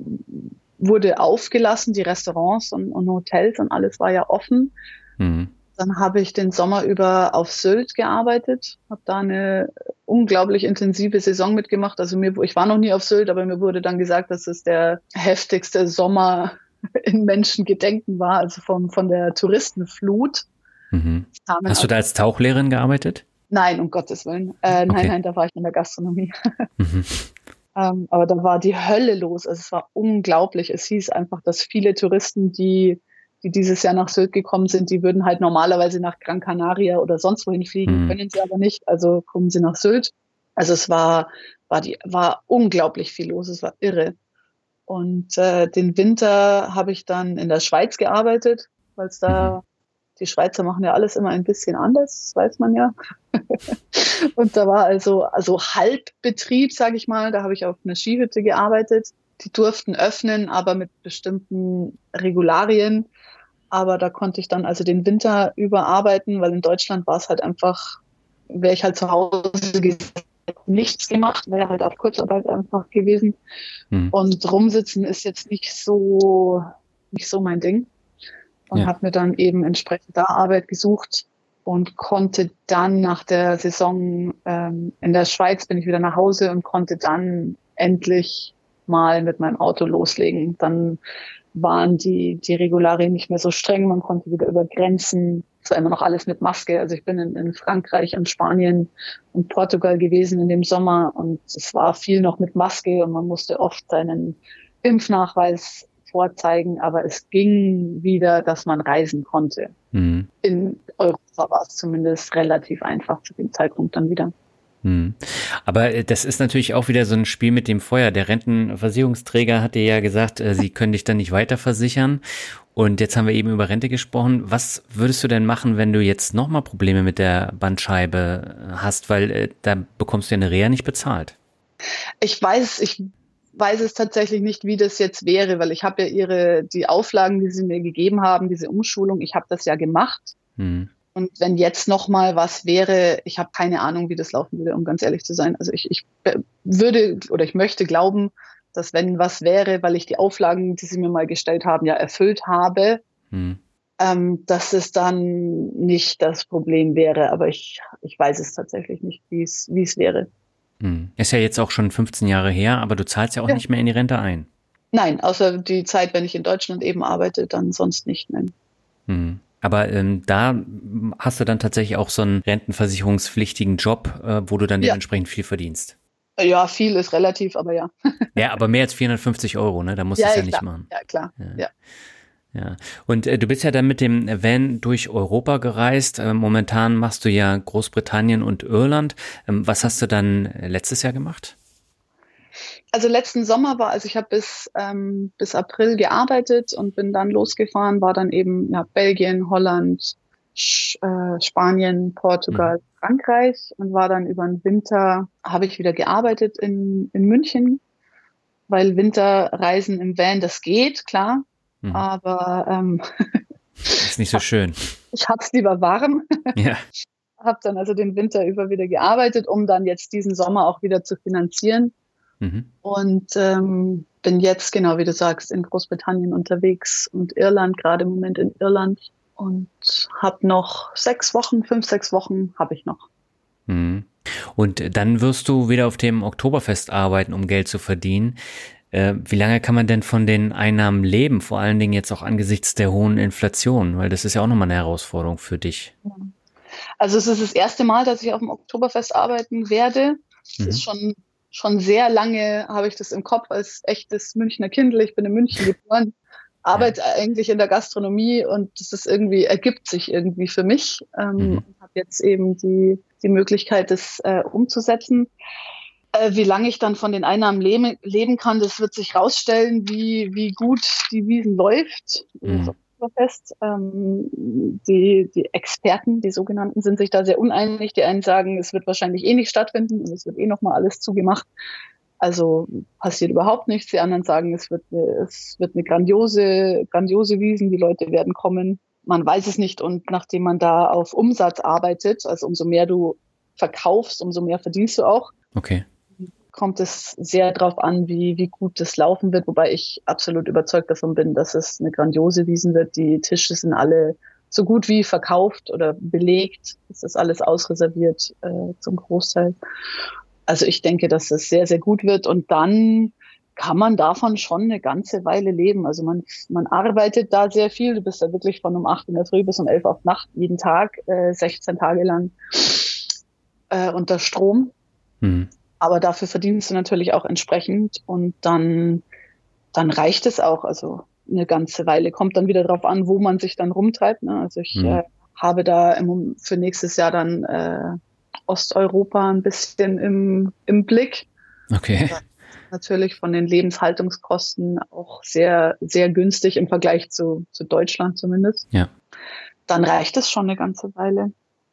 wurde aufgelassen, die Restaurants und, und Hotels und alles war ja offen. Mhm. Dann habe ich den Sommer über auf Sylt gearbeitet, habe da eine unglaublich intensive Saison mitgemacht. Also mir, ich war noch nie auf Sylt, aber mir wurde dann gesagt, dass es der heftigste Sommer in Menschengedenken war, also vom, von der Touristenflut. Mhm. Hast du da als Tauchlehrerin gearbeitet? Nein, um Gottes Willen. Äh, nein, okay. nein, da war ich in der Gastronomie. Mhm. Ähm, aber da war die Hölle los. Also es war unglaublich. Es hieß einfach, dass viele Touristen, die, die dieses Jahr nach Sylt gekommen sind, die würden halt normalerweise nach Gran Canaria oder sonst wohin fliegen, mhm. können sie aber nicht. Also kommen sie nach Sylt. Also es war, war die, war unglaublich viel los. Es war irre. Und äh, den Winter habe ich dann in der Schweiz gearbeitet, weil es da, mhm. die Schweizer machen ja alles immer ein bisschen anders, das weiß man ja. Und da war also, also Halbbetrieb, sage ich mal. Da habe ich auf einer Skihütte gearbeitet. Die durften öffnen, aber mit bestimmten Regularien. Aber da konnte ich dann also den Winter überarbeiten, weil in Deutschland war es halt einfach, wäre ich halt zu Hause gesessen, nichts gemacht, wäre halt auf Kurzarbeit einfach gewesen. Hm. Und rumsitzen ist jetzt nicht so, nicht so mein Ding. Und ja. habe mir dann eben entsprechend da Arbeit gesucht. und konnte dann nach der Saison ähm, in der Schweiz bin ich wieder nach Hause und konnte dann endlich mal mit meinem Auto loslegen. Dann waren die, die Regularien nicht mehr so streng, man konnte wieder über Grenzen, es war immer noch alles mit Maske. Also ich bin in, in Frankreich und Spanien und Portugal gewesen in dem Sommer und es war viel noch mit Maske und man musste oft seinen Impfnachweis vorzeigen, aber es ging wieder, dass man reisen konnte. Mhm. In Europa war es zumindest relativ einfach zu dem Zeitpunkt dann wieder. Mhm. Aber das ist natürlich auch wieder so ein Spiel mit dem Feuer. Der Rentenversicherungsträger hat dir ja gesagt, sie können dich dann nicht weiter versichern. Und jetzt haben wir eben über Rente gesprochen. Was würdest du denn machen, wenn du jetzt nochmal Probleme mit der Bandscheibe hast? Weil äh, da bekommst du ja eine Reha nicht bezahlt. Ich weiß, ich weiß es tatsächlich nicht, wie das jetzt wäre, weil ich habe ja ihre, die Auflagen, die sie mir gegeben haben, diese Umschulung, ich habe das ja gemacht. Hm. Und wenn jetzt nochmal was wäre, ich habe keine Ahnung, wie das laufen würde, um ganz ehrlich zu sein. Also ich, ich würde oder ich möchte glauben, dass wenn was wäre, weil ich die Auflagen, die sie mir mal gestellt haben, ja erfüllt habe, hm. ähm, dass es dann nicht das Problem wäre. Aber ich, ich weiß es tatsächlich nicht, wie es, wie es wäre. Hm. Ist ja jetzt auch schon fünfzehn Jahre her, aber du zahlst ja auch ja. nicht mehr in die Rente ein. Nein, außer die Zeit, wenn ich in Deutschland eben arbeite, dann sonst nicht, nein. Hm. Aber ähm, da hast du dann tatsächlich auch so einen rentenversicherungspflichtigen Job, äh, wo du dann ja. dementsprechend viel verdienst. Ja, viel ist relativ, aber ja. Ja, aber mehr als vierhundertfünfzig Euro, ne? Da musst du es ja, ja nicht machen. Ja, klar. Ja. ja. Ja, und äh, du bist ja dann mit dem Van durch Europa gereist. Äh, momentan machst du ja Großbritannien und Irland. Ähm, was hast du dann letztes Jahr gemacht? Also letzten Sommer war, also ich habe bis ähm, bis April gearbeitet und bin dann losgefahren, war dann eben ja Belgien, Holland, Sch, äh, Spanien, Portugal, mhm. Frankreich und war dann über den Winter, habe ich wieder gearbeitet in in München, weil Winterreisen im Van, das geht, klar. Mhm. Aber ähm, ist nicht so schön. Ich hab's lieber warm. Ja. Habe dann also den Winter über wieder gearbeitet, um dann jetzt diesen Sommer auch wieder zu finanzieren. Mhm. Und ähm, bin jetzt, genau wie du sagst, in Großbritannien unterwegs und Irland, gerade im Moment in Irland. Und habe noch sechs Wochen, fünf, sechs Wochen habe ich noch. Mhm. Und dann wirst du wieder auf dem Oktoberfest arbeiten, um Geld zu verdienen. Wie lange kann man denn von den Einnahmen leben, vor allen Dingen jetzt auch angesichts der hohen Inflation? Weil das ist ja auch nochmal eine Herausforderung für dich. Also es ist das erste Mal, dass ich auf dem Oktoberfest arbeiten werde. Es mhm. ist schon, schon sehr lange, habe ich das im Kopf als echtes Münchner Kindl. Ich bin in München geboren, arbeite ja. eigentlich in der Gastronomie und das ist irgendwie, ergibt sich irgendwie für mich. Ähm, mhm. und habe jetzt eben die, die Möglichkeit, das äh, umzusetzen. Wie lange ich dann von den Einnahmen leben, leben kann, das wird sich rausstellen, wie, wie gut die Wiesn läuft. Mhm. Fest. Ähm, die, die Experten, die sogenannten, sind sich da sehr uneinig. Die einen sagen, es wird wahrscheinlich eh nicht stattfinden und es wird eh nochmal alles zugemacht. Also passiert überhaupt nichts. Die anderen sagen, es wird eine, es wird eine grandiose, grandiose Wiesn, die Leute werden kommen. Man weiß es nicht und nachdem man da auf Umsatz arbeitet, also umso mehr du verkaufst, umso mehr verdienst du auch. Okay. Kommt es sehr drauf an, wie, wie gut das laufen wird, wobei ich absolut überzeugt davon bin, dass es eine grandiose Wiesn wird. Die Tische sind alle so gut wie verkauft oder belegt. Es ist alles ausreserviert äh, zum Großteil. Also ich denke, dass es sehr, sehr gut wird und dann kann man davon schon eine ganze Weile leben. Also man, man arbeitet da sehr viel. Du bist da wirklich von um acht in der Früh bis um elf auf Nacht jeden Tag, äh, sechzehn Tage lang äh, unter Strom. Mhm. Aber dafür verdienst du natürlich auch entsprechend und dann, dann reicht es auch. Also eine ganze Weile. Kommt dann wieder drauf an, wo man sich dann rumtreibt. Ne? Also ich mhm. äh, habe da im, für nächstes Jahr dann äh, Osteuropa ein bisschen im, im Blick. Okay. Natürlich von den Lebenshaltungskosten auch sehr, sehr günstig im Vergleich zu, zu Deutschland zumindest. Ja. Dann reicht es schon eine ganze Weile.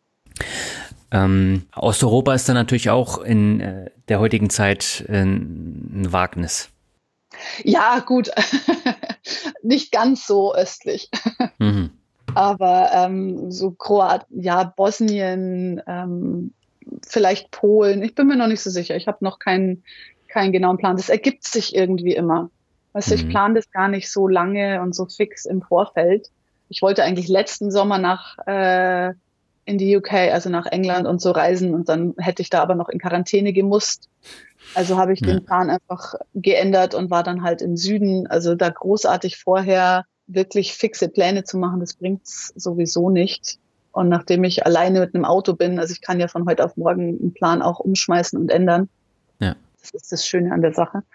Ähm, Osteuropa ist dann natürlich auch in äh, der heutigen Zeit äh, ein Wagnis. Ja, gut. Nicht ganz so östlich. Mhm. Aber ähm, so Kroatien, ja, Bosnien, ähm, vielleicht Polen. Ich bin mir noch nicht so sicher. Ich habe noch keinen, keinen genauen Plan. Das ergibt sich irgendwie immer. Weißt du, mhm. ich plane das gar nicht so lange und so fix im Vorfeld. Ich wollte eigentlich letzten Sommer nach äh, in die U K, also nach England und so reisen und dann hätte ich da aber noch in Quarantäne gemusst. Also habe ich ja. den Plan einfach geändert und war dann halt im Süden. Also da großartig vorher wirklich fixe Pläne zu machen, das bringt's sowieso nicht. Und nachdem ich alleine mit einem Auto bin, also ich kann ja von heute auf morgen einen Plan auch umschmeißen und ändern. Ja. Das ist das Schöne an der Sache.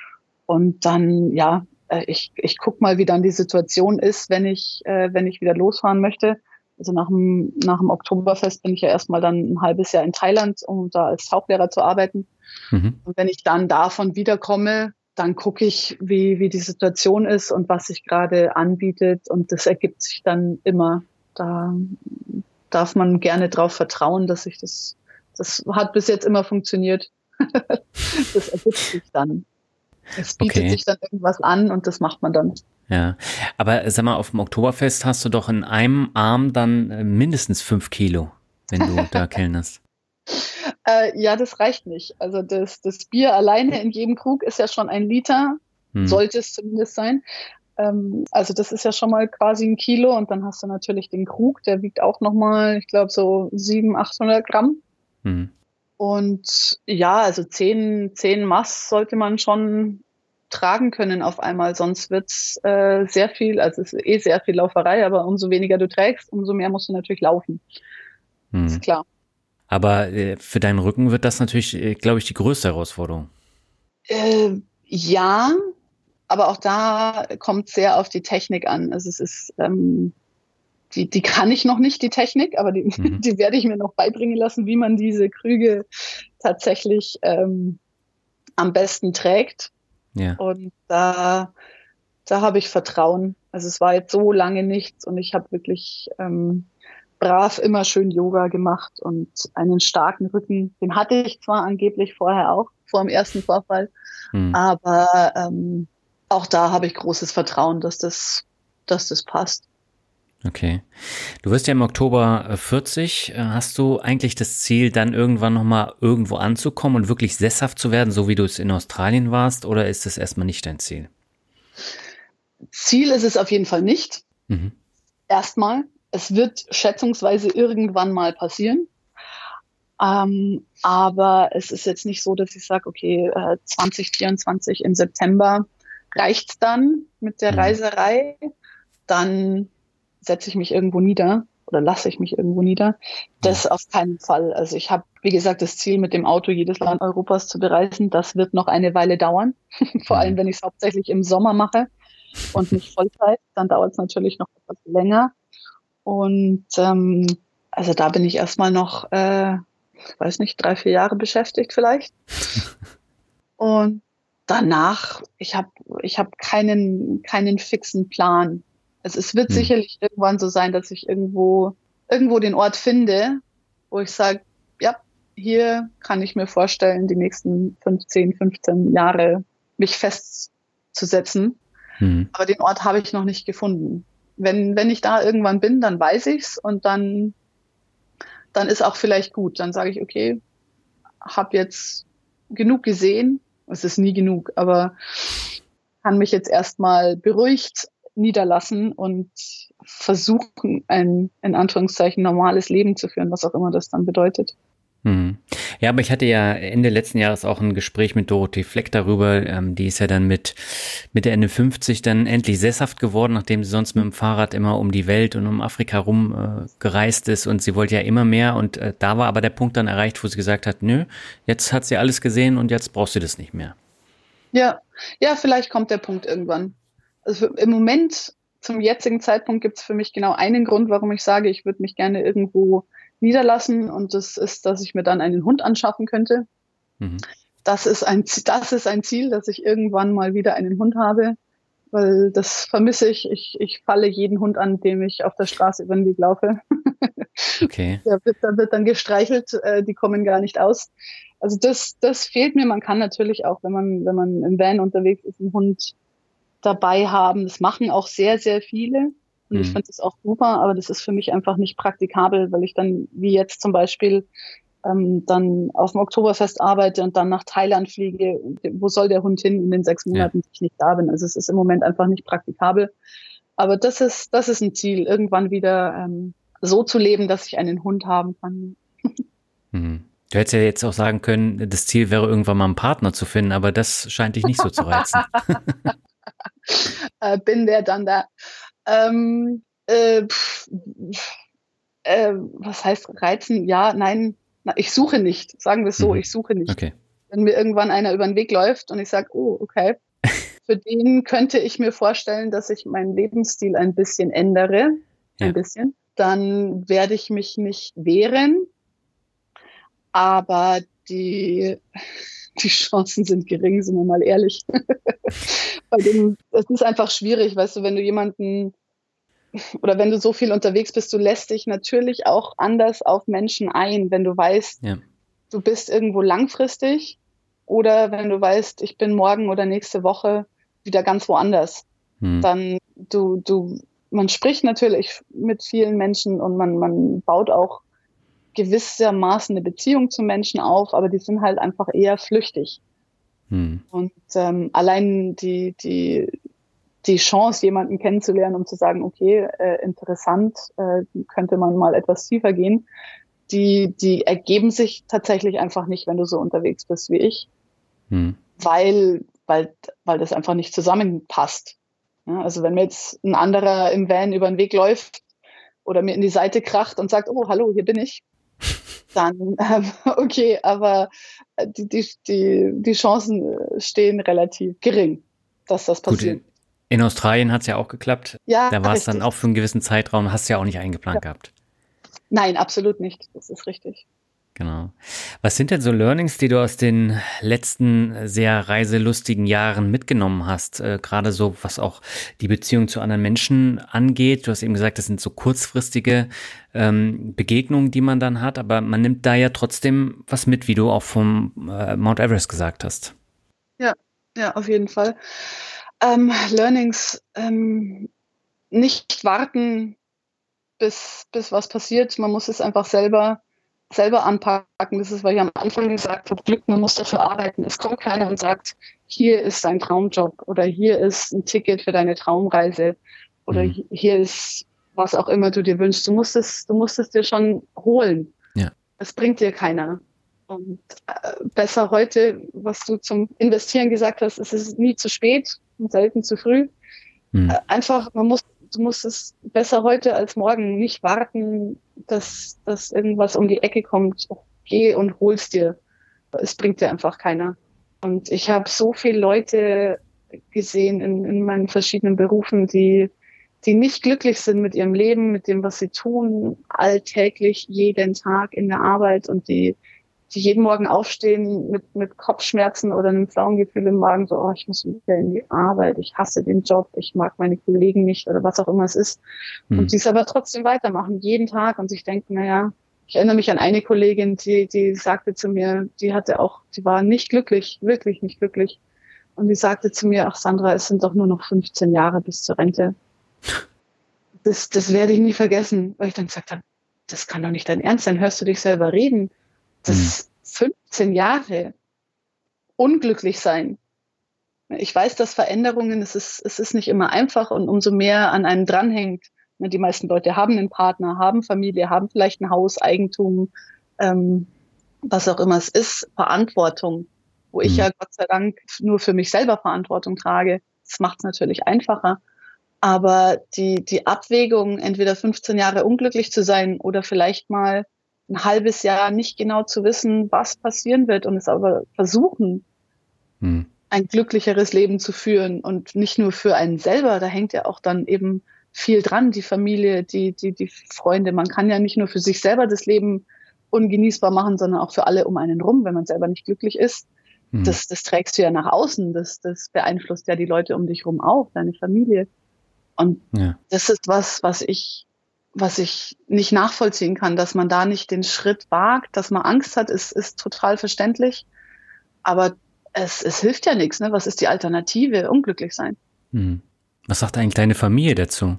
Und dann, ja, ich, ich guck mal, wie dann die Situation ist, wenn ich, äh, wenn ich wieder losfahren möchte. Also nach dem, nach dem Oktoberfest bin ich ja erstmal dann ein halbes Jahr in Thailand, um da als Tauchlehrer zu arbeiten. Mhm. Und wenn ich dann davon wiederkomme, dann gucke ich, wie, wie die Situation ist und was sich gerade anbietet. Und das ergibt sich dann immer. Da darf man gerne drauf vertrauen, dass sich das, das hat bis jetzt immer funktioniert. Das ergibt sich dann. Es bietet okay. sich dann irgendwas an und das macht man dann. Ja, aber sag mal, auf dem Oktoberfest hast du doch in einem Arm dann mindestens fünf Kilo, wenn du da kellnerst. äh, ja, das reicht nicht. Also das, das Bier alleine in jedem Krug ist ja schon ein Liter, hm. sollte es zumindest sein. Ähm, also das ist ja schon mal quasi ein Kilo und dann hast du natürlich den Krug, der wiegt auch nochmal, ich glaube so siebenhundert, achthundert Gramm. Hm. Und ja, also zehn, zehn Maß sollte man schon tragen können auf einmal, sonst wird's äh, sehr viel, also es ist eh sehr viel Lauferei, aber umso weniger du trägst, umso mehr musst du natürlich laufen. Hm. Ist klar. Aber äh, für deinen Rücken wird das natürlich, äh, glaube ich, die größte Herausforderung. Äh, ja, aber auch da kommt sehr auf die Technik an. Also es ist, ähm, die, die kann ich noch nicht, die Technik, aber die, mhm. die werde ich mir noch beibringen lassen, wie man diese Krüge tatsächlich ähm, am besten trägt. Ja. Und da, da habe ich Vertrauen. Also es war jetzt so lange nichts und ich habe wirklich ähm, brav immer schön Yoga gemacht und einen starken Rücken. Den hatte ich zwar angeblich vorher auch, vor dem ersten Vorfall, mhm. aber ähm, auch da habe ich großes Vertrauen, dass das, dass das passt. Okay. Du wirst ja im Oktober vierzig. Hast du eigentlich das Ziel, dann irgendwann nochmal irgendwo anzukommen und wirklich sesshaft zu werden, so wie du es in Australien warst, oder ist das erstmal nicht dein Ziel? Ziel ist es auf jeden Fall nicht. Mhm. Erstmal. Es wird schätzungsweise irgendwann mal passieren. Ähm, aber es ist jetzt nicht so, dass ich sage, okay, äh, zwanzig vierundzwanzig im September reicht's dann mit der mhm. Reiserei. Dann setze ich mich irgendwo nieder oder lasse ich mich irgendwo nieder. Das ja. auf keinen Fall. Also ich habe, wie gesagt, das Ziel, mit dem Auto jedes Land Europas zu bereisen. Das wird noch eine Weile dauern. Vor allem, wenn ich es hauptsächlich im Sommer mache und nicht Vollzeit, dann dauert es natürlich noch etwas länger. Und ähm, also da bin ich erstmal noch, äh, ich weiß nicht, drei, vier Jahre beschäftigt vielleicht. Und danach, ich habe ich hab keinen, keinen fixen Plan. Also es wird hm. sicherlich irgendwann so sein, dass ich irgendwo irgendwo den Ort finde, wo ich sage, ja, hier kann ich mir vorstellen, die nächsten fünfzehn, fünfzehn Jahre mich festzusetzen. Hm. Aber den Ort habe ich noch nicht gefunden. Wenn wenn ich da irgendwann bin, dann weiß ich's und dann dann ist auch vielleicht gut. Dann sage ich, okay, habe jetzt genug gesehen. Es ist nie genug, aber kann mich jetzt erstmal beruhigt niederlassen und versuchen, ein, in Anführungszeichen, normales Leben zu führen, was auch immer das dann bedeutet. Hm. Ja, aber ich hatte ja Ende letzten Jahres auch ein Gespräch mit Dorothee Fleck darüber. Ähm, die ist ja dann mit Mitte, Ende fünfzig dann endlich sesshaft geworden, nachdem sie sonst mit dem Fahrrad immer um die Welt und um Afrika rum äh, gereist ist und sie wollte ja immer mehr und äh, da war aber der Punkt dann erreicht, wo sie gesagt hat, nö, jetzt hat sie alles gesehen und jetzt brauchst du das nicht mehr. Ja, ja, vielleicht kommt der Punkt irgendwann. Also im Moment, zum jetzigen Zeitpunkt, gibt es für mich genau einen Grund, warum ich sage, ich würde mich gerne irgendwo niederlassen und das ist, dass ich mir dann einen Hund anschaffen könnte. Mhm. Das ist ein, das ist ein Ziel, dass ich irgendwann mal wieder einen Hund habe, weil das vermisse ich. Ich, ich falle jeden Hund an, dem ich auf der Straße über den Weg laufe. Okay. Der wird, der wird dann gestreichelt, äh, die kommen gar nicht aus. Also das, das fehlt mir. Man kann natürlich auch, wenn man, wenn man im Van unterwegs ist, einen Hund dabei haben. Das machen auch sehr, sehr viele. Und mhm. ich finde das auch super, aber das ist für mich einfach nicht praktikabel, weil ich dann, wie jetzt zum Beispiel, ähm, dann auf dem Oktoberfest arbeite und dann nach Thailand fliege. Wo soll der Hund hin in den sechs Monaten, ja. die ich nicht da bin? Also es ist im Moment einfach nicht praktikabel. Aber das ist, das ist ein Ziel, irgendwann wieder ähm, so zu leben, dass ich einen Hund haben kann. Mhm. Du hättest ja jetzt auch sagen können, das Ziel wäre irgendwann mal einen Partner zu finden, aber das scheint dich nicht so zu reizen. äh, bin der dann da. Ähm, äh, pff, äh, was heißt reizen? Ja, nein, na, ich suche nicht. Sagen wir es so, Mhm. ich suche nicht. Okay. Wenn mir irgendwann einer über den Weg läuft und ich sage, oh, okay, für den könnte ich mir vorstellen, dass ich meinen Lebensstil ein bisschen ändere, Ja. ein bisschen, dann werde ich mich nicht wehren, aber die, die Chancen sind gering, sind wir mal ehrlich. Bei dem, es ist einfach schwierig, weißt du, wenn du jemanden oder wenn du so viel unterwegs bist, du lässt dich natürlich auch anders auf Menschen ein, wenn du weißt, Ja. du bist irgendwo langfristig oder wenn du weißt, ich bin morgen oder nächste Woche wieder ganz woanders. Hm. Dann du, du, man spricht natürlich mit vielen Menschen und man, man baut auch gewissermaßen eine Beziehung zu Menschen auf, aber die sind halt einfach eher flüchtig. Hm. Und ähm, allein die, die, die Chance, jemanden kennenzulernen, um zu sagen, okay, äh, interessant, äh, könnte man mal etwas tiefer gehen, die, die ergeben sich tatsächlich einfach nicht, wenn du so unterwegs bist wie ich, hm. weil, weil, weil das einfach nicht zusammenpasst. Ja, also wenn mir jetzt ein anderer im Van über den Weg läuft oder mir in die Seite kracht und sagt, oh, hallo, hier bin ich, dann ähm, okay, aber die, die, die, die Chancen stehen relativ gering, dass das passiert. Gut, in Australien hat es ja auch geklappt. Ja, da war es dann auch für einen gewissen Zeitraum, hast du ja auch nicht eingeplant ja. gehabt. Nein, absolut nicht. Das ist richtig. Genau. Was sind denn so Learnings, die du aus den letzten sehr reiselustigen Jahren mitgenommen hast? Äh, gerade so, was auch die Beziehung zu anderen Menschen angeht. Du hast eben gesagt, das sind so kurzfristige ähm, Begegnungen, die man dann hat, aber man nimmt da ja trotzdem was mit, wie du auch vom äh, Mount Everest gesagt hast. Ja, ja, auf jeden Fall. Ähm, Learnings, ähm, nicht warten, bis, bis was passiert. Man muss es einfach selber selber anpacken. Das ist, was ich am Anfang gesagt habe, Glück, man muss dafür arbeiten. Es kommt keiner und sagt, hier ist dein Traumjob oder hier ist ein Ticket für deine Traumreise oder mhm. hier ist was auch immer du dir wünschst. Du musst es, du musst es dir schon holen. Ja. Das bringt dir keiner. Und äh, besser heute, was du zum Investieren gesagt hast, es ist nie zu spät und selten zu früh. Mhm. Äh, einfach, man muss Du musst es besser heute als morgen nicht warten, dass, dass irgendwas um die Ecke kommt. Geh und hol's dir. Es bringt dir einfach keiner. Und ich habe so viele Leute gesehen in, in meinen verschiedenen Berufen, die, die nicht glücklich sind mit ihrem Leben, mit dem, was sie tun, alltäglich, jeden Tag in der Arbeit und die, die jeden Morgen aufstehen mit, mit Kopfschmerzen oder einem flauen Gefühl im Magen, so, oh, ich muss wieder in die Arbeit, ich hasse den Job, ich mag meine Kollegen nicht oder was auch immer es ist. Mhm. Und die es aber trotzdem weitermachen, jeden Tag und sich denken, naja, ich erinnere mich an eine Kollegin, die, die sagte zu mir, die hatte auch, die war nicht glücklich, wirklich nicht glücklich. Und die sagte zu mir, ach Sandra, es sind doch nur noch fünfzehn Jahre bis zur Rente. Das, das werde ich nie vergessen, weil ich dann gesagt habe, das kann doch nicht dein Ernst sein, hörst du dich selber reden? Das fünfzehn Jahre unglücklich sein. Ich weiß, dass Veränderungen, es ist, es ist nicht immer einfach und umso mehr an einem dranhängt. Die meisten Leute haben einen Partner, haben Familie, haben vielleicht ein Haus, Eigentum, ähm, was auch immer es ist, Verantwortung, wo ich mhm. ja Gott sei Dank nur für mich selber Verantwortung trage. Das macht es natürlich einfacher. Aber die, die Abwägung, entweder fünfzehn Jahre unglücklich zu sein oder vielleicht mal ein halbes Jahr nicht genau zu wissen, was passieren wird und es aber versuchen, hm. ein glücklicheres Leben zu führen und nicht nur für einen selber, da hängt ja auch dann eben viel dran, die Familie, die, die, die Freunde. Man kann ja nicht nur für sich selber das Leben ungenießbar machen, sondern auch für alle um einen rum, wenn man selber nicht glücklich ist. Hm. Das, das trägst du ja nach außen, das, das beeinflusst ja die Leute um dich rum auch, deine Familie. Und ja. das ist was, was ich was ich nicht nachvollziehen kann, dass man da nicht den Schritt wagt, dass man Angst hat, ist, ist total verständlich. Aber es, es hilft ja nichts, ne? Was ist die Alternative? Unglücklich sein. Hm. Was sagt eigentlich deine Familie dazu?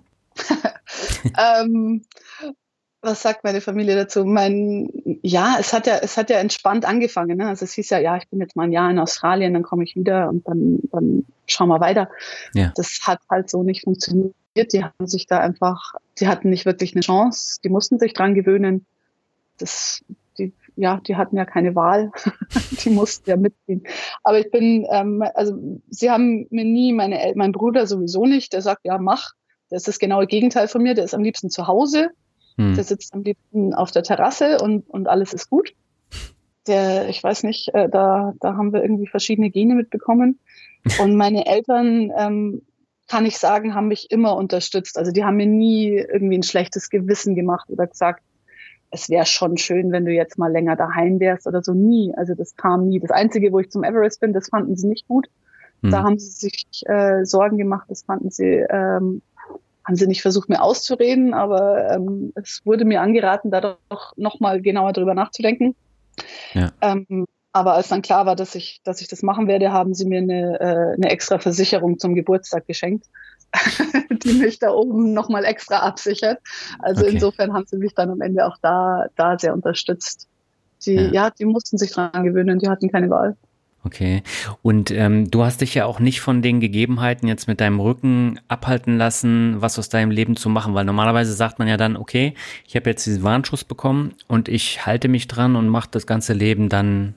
ähm, was sagt meine Familie dazu? Mein, ja, es hat ja, es hat ja entspannt angefangen, ne? Also es hieß ja, ja, ich bin jetzt mal ein Jahr in Australien, dann komme ich wieder und dann, dann schauen wir weiter. Ja. Das hat halt so nicht funktioniert. Die haben sich da einfach, die hatten nicht wirklich eine Chance. Die mussten sich dran gewöhnen. Das, die, ja, die hatten ja keine Wahl. Die mussten ja mitziehen. Aber ich bin, ähm, also sie haben mir nie, meine El- mein Bruder sowieso nicht, der sagt, ja, mach. Das ist das genaue Gegenteil von mir. Der ist am liebsten zu Hause. Hm. Der sitzt am liebsten auf der Terrasse und, und alles ist gut. Der, ich weiß nicht, äh, da, da haben wir irgendwie verschiedene Gene mitbekommen. Und meine Eltern, ähm, kann ich sagen, haben mich immer unterstützt. Also die haben mir nie irgendwie ein schlechtes Gewissen gemacht oder gesagt, es wäre schon schön, wenn du jetzt mal länger daheim wärst oder so. Nie. Also das kam nie. Das Einzige, wo ich zum Everest bin, das fanden sie nicht gut. Hm. Da haben sie sich äh, Sorgen gemacht. Das fanden sie, ähm, haben sie nicht versucht, mir auszureden, aber ähm, es wurde mir angeraten, da doch nochmal genauer drüber nachzudenken. Ja. Ähm, aber als dann klar war, dass ich, dass ich das machen werde, haben sie mir eine, äh, eine extra Versicherung zum Geburtstag geschenkt, die mich da oben nochmal extra absichert. Also Okay. insofern haben sie mich dann am Ende auch da, da sehr unterstützt. Die, Ja. ja, die mussten sich dran gewöhnen, die hatten keine Wahl. Okay. Und ähm, du hast dich ja auch nicht von den Gegebenheiten jetzt mit deinem Rücken abhalten lassen, was aus deinem Leben zu machen, weil normalerweise sagt man ja dann, okay, ich habe jetzt diesen Warnschuss bekommen und ich halte mich dran und mache das ganze Leben dann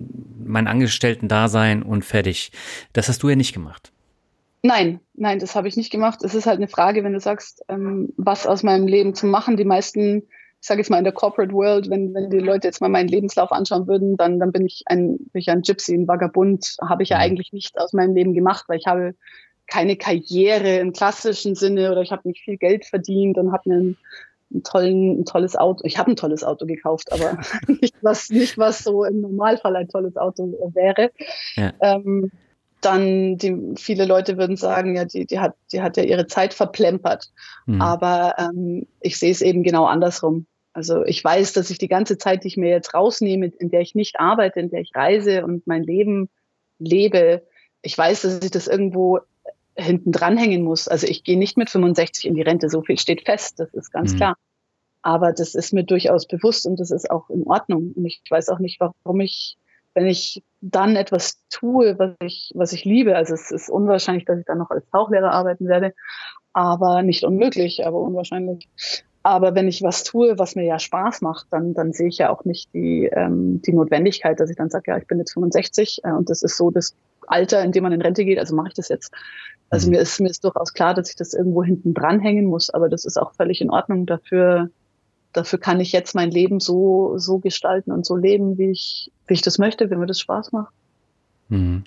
mein Angestellten-Dasein und fertig. Das hast du ja nicht gemacht. Nein, nein, das habe ich nicht gemacht. Es ist halt eine Frage, wenn du sagst, ähm, was aus meinem Leben zu machen. Die meisten, ich sage jetzt mal in der Corporate World, wenn, wenn die Leute jetzt mal meinen Lebenslauf anschauen würden, dann, dann bin ich ein, bin ich ein Gypsy, ein Vagabund, habe ich ja Mhm. eigentlich nicht aus meinem Leben gemacht, weil ich habe keine Karriere im klassischen Sinne oder ich habe nicht viel Geld verdient und habe einen, einen tollen, ein tolles Auto. Ich habe ein tolles Auto gekauft, aber nicht was, nicht was so im Normalfall ein tolles Auto wäre. Ja. Ähm, dann die, viele Leute würden sagen, ja, die, die hat, die hat ja ihre Zeit verplempert. Mhm. Aber ähm, ich sehe es eben genau andersrum. Also ich weiß, dass ich die ganze Zeit, die ich mir jetzt rausnehme, in der ich nicht arbeite, in der ich reise und mein Leben lebe, ich weiß, dass ich das irgendwo hinten dranhängen muss. Also ich gehe nicht mit fünfundsechzig in die Rente, so viel steht fest, das ist ganz Mhm. klar. Aber das ist mir durchaus bewusst und das ist auch in Ordnung. Und ich weiß auch nicht, warum ich, wenn ich dann etwas tue, was ich, was ich liebe, also es ist unwahrscheinlich, dass ich dann noch als Tauchlehrer arbeiten werde, aber nicht unmöglich, aber unwahrscheinlich. Aber wenn ich was tue, was mir ja Spaß macht, dann, dann sehe ich ja auch nicht die, ähm, die Notwendigkeit, dass ich dann sage, ja, ich bin jetzt fünfundsechzig äh, und das ist so das Alter, in dem man in Rente geht, also mache ich das jetzt. Also Mhm. mir ist, mir ist durchaus klar, dass ich das irgendwo hinten dranhängen muss, aber das ist auch völlig in Ordnung. Dafür, dafür kann ich jetzt mein Leben so, so gestalten und so leben, wie ich, wie ich das möchte, wenn mir das Spaß macht. Mhm.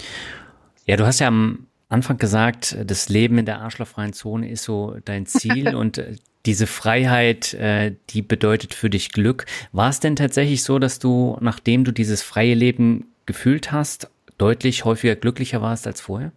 Ja, du hast ja am Anfang gesagt, das Leben in der arschlochfreien Zone ist so dein Ziel und äh, diese Freiheit, äh, die bedeutet für dich Glück. War es denn tatsächlich so, dass du, nachdem du dieses freie Leben gefühlt hast, deutlich häufiger glücklicher warst als vorher?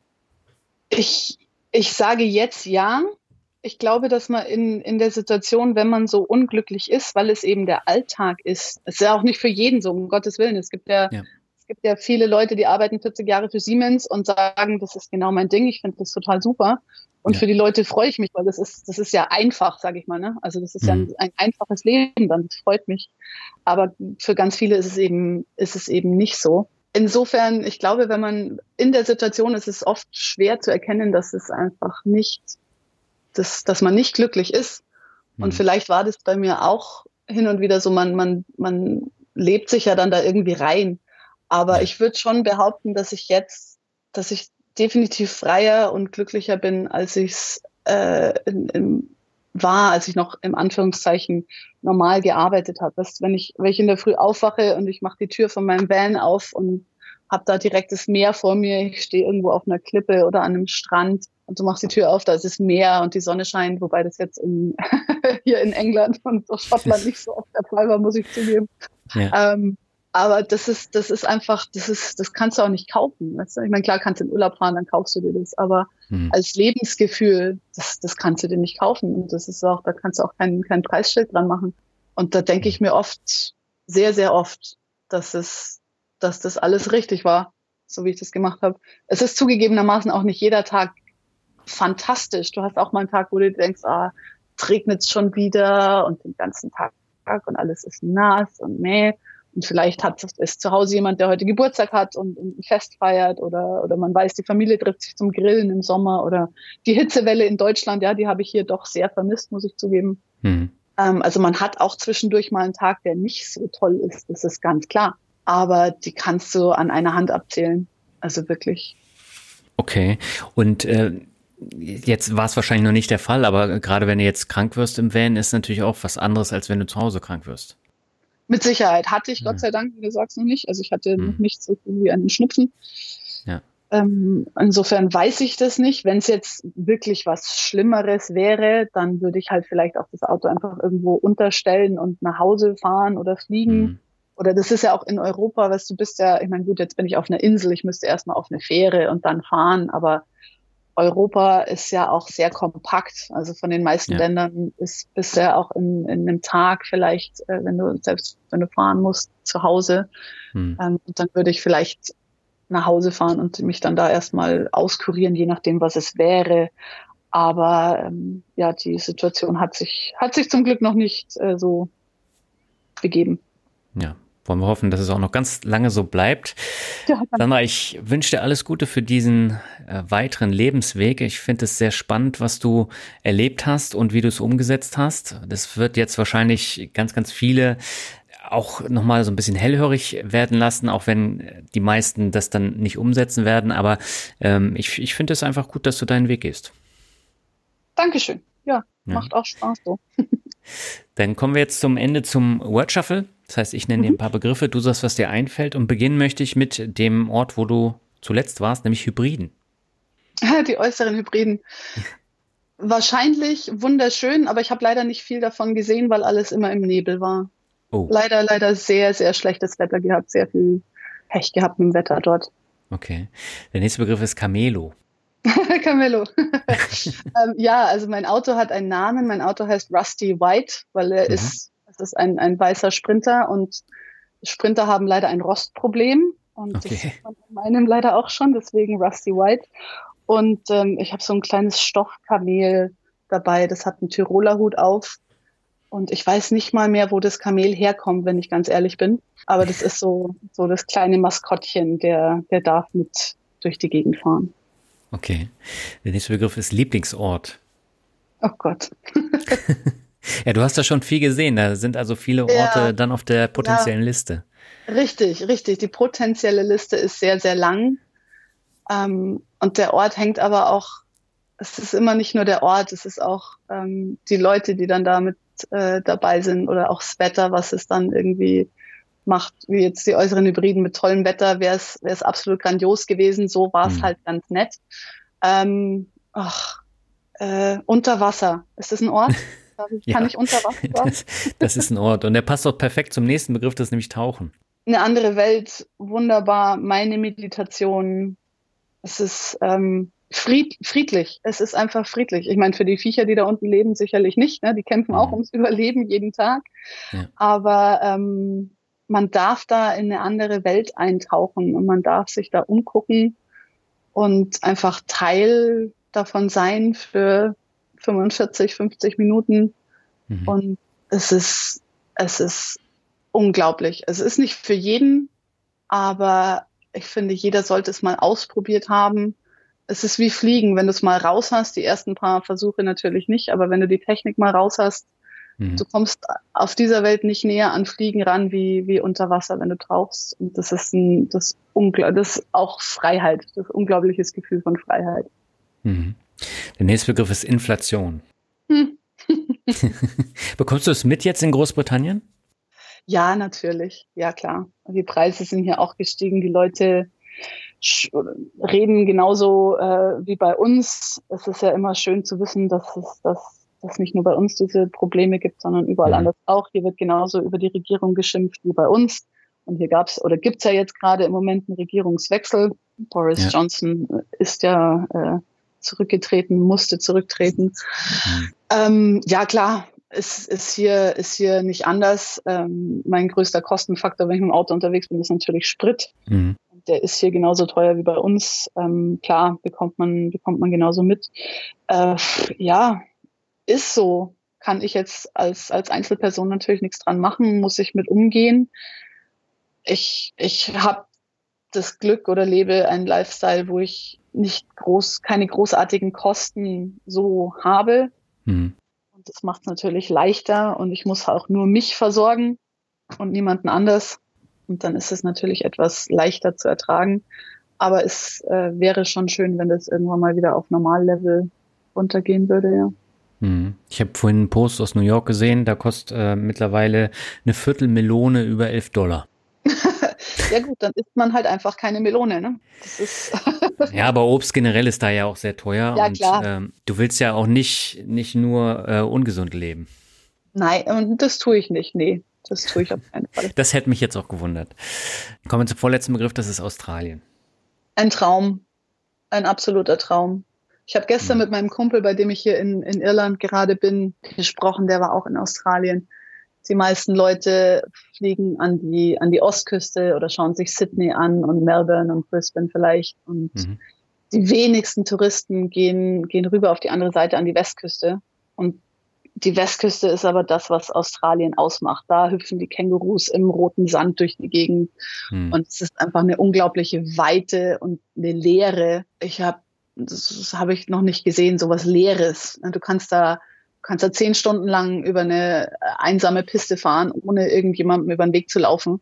Ich, ich sage jetzt ja. Ich glaube, dass man in, in der Situation, wenn man so unglücklich ist, weil es eben der Alltag ist, es ist ja auch nicht für jeden so, um Gottes Willen. Es gibt ja, Ja. es gibt ja viele Leute, die arbeiten vierzig Jahre für Siemens und sagen, das ist genau mein Ding, ich finde das total super. Und Ja. für die Leute freue ich mich, weil das ist, das ist ja einfach, sage ich mal, ne? Also das ist ja Mhm. ein, ein einfaches Leben, dann das freut mich. Aber für ganz viele ist es eben, ist es eben nicht so. Insofern, ich glaube, wenn man in der Situation ist, ist es oft schwer zu erkennen, dass es einfach nicht, dass, dass man nicht glücklich ist. Und Mhm. vielleicht war das bei mir auch hin und wieder so, man, man, man lebt sich ja dann da irgendwie rein. Aber Ja. ich würde schon behaupten, dass ich jetzt, dass ich definitiv freier und glücklicher bin, als ich es äh, in, in, war, als ich noch im Anführungszeichen normal gearbeitet habe. Weißt, wenn ich, wenn ich in der Früh aufwache und ich mache die Tür von meinem Van auf und habe da direkt das Meer vor mir, ich stehe irgendwo auf einer Klippe oder an einem Strand und du machst die Tür auf, da ist das Meer und die Sonne scheint, wobei das jetzt in, hier in England und Schottland nicht so oft der Fall war, muss ich zugeben. Ja. Ähm, aber das ist, das ist einfach, das ist, das kannst du auch nicht kaufen. Weißt du? Ich meine, klar kannst du in Urlaub fahren, dann kaufst du dir das, aber Mhm. als Lebensgefühl, das, das kannst du dir nicht kaufen. Und das ist auch, da kannst du auch kein, kein Preisschild dran machen. Und da denke ich mir oft, sehr, sehr oft, dass es, dass das alles richtig war, so wie ich das gemacht habe. Es ist zugegebenermaßen auch nicht jeder Tag fantastisch. Du hast auch mal einen Tag, wo du denkst, ah, es regnet schon wieder und den ganzen Tag und alles ist nass und mäh. Und vielleicht hat ist zu Hause jemand, der heute Geburtstag hat und, und ein Fest feiert oder, oder man weiß, die Familie trifft sich zum Grillen im Sommer oder die Hitzewelle in Deutschland, ja, die habe ich hier doch sehr vermisst, muss ich zugeben. Mhm. Ähm, also man hat auch zwischendurch mal einen Tag, der nicht so toll ist, das ist ganz klar. Aber die kannst du an einer Hand abzählen. Also wirklich. Okay. Und äh, jetzt war es wahrscheinlich noch nicht der Fall, aber gerade wenn du jetzt krank wirst im Van, ist natürlich auch was anderes, als wenn du zu Hause krank wirst. Mit Sicherheit. Hatte ich, ja. Gott sei Dank, wie du sagst, noch nicht. Also ich hatte hm. noch nicht so viel wie einen Schnupfen. Ja. Ähm, insofern weiß ich das nicht. Wenn es jetzt wirklich was Schlimmeres wäre, dann würde ich halt vielleicht auch das Auto einfach irgendwo unterstellen und nach Hause fahren oder fliegen. Hm. Oder das ist ja auch in Europa, weißt du, bist ja, ich meine, gut, jetzt bin ich auf einer Insel, ich müsste erstmal auf eine Fähre und dann fahren, aber Europa ist ja auch sehr kompakt. Also von den meisten ja. Ländern ist bisher auch in, in einem Tag vielleicht, äh, wenn du selbst wenn du fahren musst, zu Hause. Hm. Ähm, und dann würde ich vielleicht nach Hause fahren und mich dann da erstmal auskurieren, je nachdem, was es wäre. Aber ähm, ja, die Situation hat sich hat sich zum Glück noch nicht äh, so begeben. Ja. Wollen wir hoffen, dass es auch noch ganz lange so bleibt. Ja, Sandra, ich wünsche dir alles Gute für diesen äh, weiteren Lebensweg. Ich finde es sehr spannend, was du erlebt hast und wie du es umgesetzt hast. Das wird jetzt wahrscheinlich ganz, ganz viele auch nochmal so ein bisschen hellhörig werden lassen, auch wenn die meisten das dann nicht umsetzen werden. Aber ähm, ich, ich finde es einfach gut, dass du deinen Weg gehst. Dankeschön. Ja, ja. Macht auch Spaß so. Dann kommen wir jetzt zum Ende zum Word Shuffle. Das heißt, ich nenne dir ein paar Begriffe, du sagst, was dir einfällt, und beginnen möchte ich mit dem Ort, wo du zuletzt warst, nämlich Hebriden. Die äußeren Hebriden. Wahrscheinlich wunderschön, aber ich habe leider nicht viel davon gesehen, weil alles immer im Nebel war. Oh. Leider, leider sehr, sehr schlechtes Wetter gehabt, sehr viel Pech gehabt mit dem Wetter dort. Okay. Der nächste Begriff ist Camelo. Camelo. ähm, ja, also mein Auto hat einen Namen. Mein Auto heißt Rusty White, weil er mhm. ist, es ist ein, ein weißer Sprinter und Sprinter haben leider ein Rostproblem und okay. das sieht man in meinem leider auch schon, deswegen Rusty White. Und ähm, ich habe so ein kleines Stoffkamel dabei, das hat einen Tiroler Hut auf und ich weiß nicht mal mehr, wo das Kamel herkommt, wenn ich ganz ehrlich bin. Aber das ist so, so das kleine Maskottchen, der, der darf mit durch die Gegend fahren. Okay. Der nächste Begriff ist Lieblingsort. Oh Gott. Ja, du hast da schon viel gesehen. Da sind also viele Orte ja, dann auf der potenziellen ja. Liste. Richtig, richtig. Die potenzielle Liste ist sehr, sehr lang. Ähm, und der Ort hängt aber auch, es ist immer nicht nur der Ort, es ist auch ähm, die Leute, die dann da mit äh, dabei sind oder auch das Wetter, was es dann irgendwie macht, wie jetzt die äußeren Hybriden mit tollem Wetter, wäre es wäre es absolut grandios gewesen. So war es hm. halt ganz nett. Ähm, ach, äh, unter Wasser. Ist das ein Ort? Ich, ja, kann ich unter Wasser sagen? Das, das ist ein Ort und der passt auch perfekt zum nächsten Begriff, das ist nämlich Tauchen. Eine andere Welt, wunderbar. Meine Meditation. Es ist ähm, fried, friedlich. Es ist einfach friedlich. Ich meine, für die Viecher, die da unten leben, sicherlich nicht. Ne? Die kämpfen hm. auch ums Überleben jeden Tag. Ja. Aber ähm, man darf da in eine andere Welt eintauchen und man darf sich da umgucken und einfach Teil davon sein für fünfundvierzig, fünfzig Minuten. Mhm. Und es ist, es ist unglaublich. Es ist nicht für jeden, aber ich finde, jeder sollte es mal ausprobiert haben. Es ist wie Fliegen, wenn du es mal raus hast, die ersten paar Versuche natürlich nicht, aber wenn du die Technik mal raus hast, du kommst auf dieser Welt nicht näher an Fliegen ran wie, wie unter Wasser, wenn du tauchst. Und das ist ein, das, Ungl- das ist auch Freiheit, das unglaubliches Gefühl von Freiheit. Mhm. Der nächste Begriff ist Inflation. Hm. Bekommst du es mit jetzt in Großbritannien? Ja, natürlich. Ja, klar. Die Preise sind hier auch gestiegen. Die Leute reden genauso äh, wie bei uns. Es ist ja immer schön zu wissen, dass es das dass es nicht nur bei uns diese Probleme gibt, sondern überall mhm. anders auch. Hier wird genauso über die Regierung geschimpft wie bei uns. Und hier gab es oder gibt es ja jetzt gerade im Moment einen Regierungswechsel. Boris ja. Johnson ist ja äh, zurückgetreten, musste zurücktreten. Mhm. Ähm, ja klar, es ist hier ist hier nicht anders. Ähm, mein größter Kostenfaktor, wenn ich mit dem Auto unterwegs bin, ist natürlich Sprit. Mhm. Der ist hier genauso teuer wie bei uns. Ähm, klar, bekommt man bekommt man genauso mit. Äh, ja. Ist so, kann ich jetzt als als Einzelperson natürlich nichts dran machen, muss ich mit umgehen. ich, ich habe das Glück oder lebe einen Lifestyle, wo ich nicht groß, keine großartigen Kosten so habe. Mhm. Und das macht es natürlich leichter und ich muss auch nur mich versorgen und niemanden anders. Und dann ist es natürlich etwas leichter zu ertragen. Aber es äh, wäre schon schön, wenn das irgendwann mal wieder auf Normallevel runtergehen würde, ja. Mhm. Ich habe vorhin einen Post aus New York gesehen, da kostet äh, mittlerweile eine Viertelmelone über elf Dollar. Ja gut, dann isst man halt einfach keine Melone, ne? Das ist Ja, aber Obst generell ist da ja auch sehr teuer. Ja, und klar. Ähm, du willst ja auch nicht, nicht nur äh, ungesund leben. Nein, und das tue ich nicht, nee. Das tue ich auf keinen Fall. Das hätte mich jetzt auch gewundert. Kommen wir zum vorletzten Begriff, das ist Australien. Ein Traum, ein absoluter Traum. Ich habe gestern Mhm. mit meinem Kumpel, bei dem ich hier in, in Irland gerade bin, gesprochen, der war auch in Australien. Die meisten Leute fliegen an die, an die Ostküste oder schauen sich Sydney an und Melbourne und Brisbane vielleicht. Und Mhm. die wenigsten Touristen gehen, gehen rüber auf die andere Seite an die Westküste. Und die Westküste ist aber das, was Australien ausmacht. Da hüpfen die Kängurus im roten Sand durch die Gegend. Mhm. Und es ist einfach eine unglaubliche Weite und eine Leere. Ich habe, das habe ich noch nicht gesehen, sowas Leeres. Du kannst da, kannst da zehn Stunden lang über eine einsame Piste fahren, ohne irgendjemandem über den Weg zu laufen.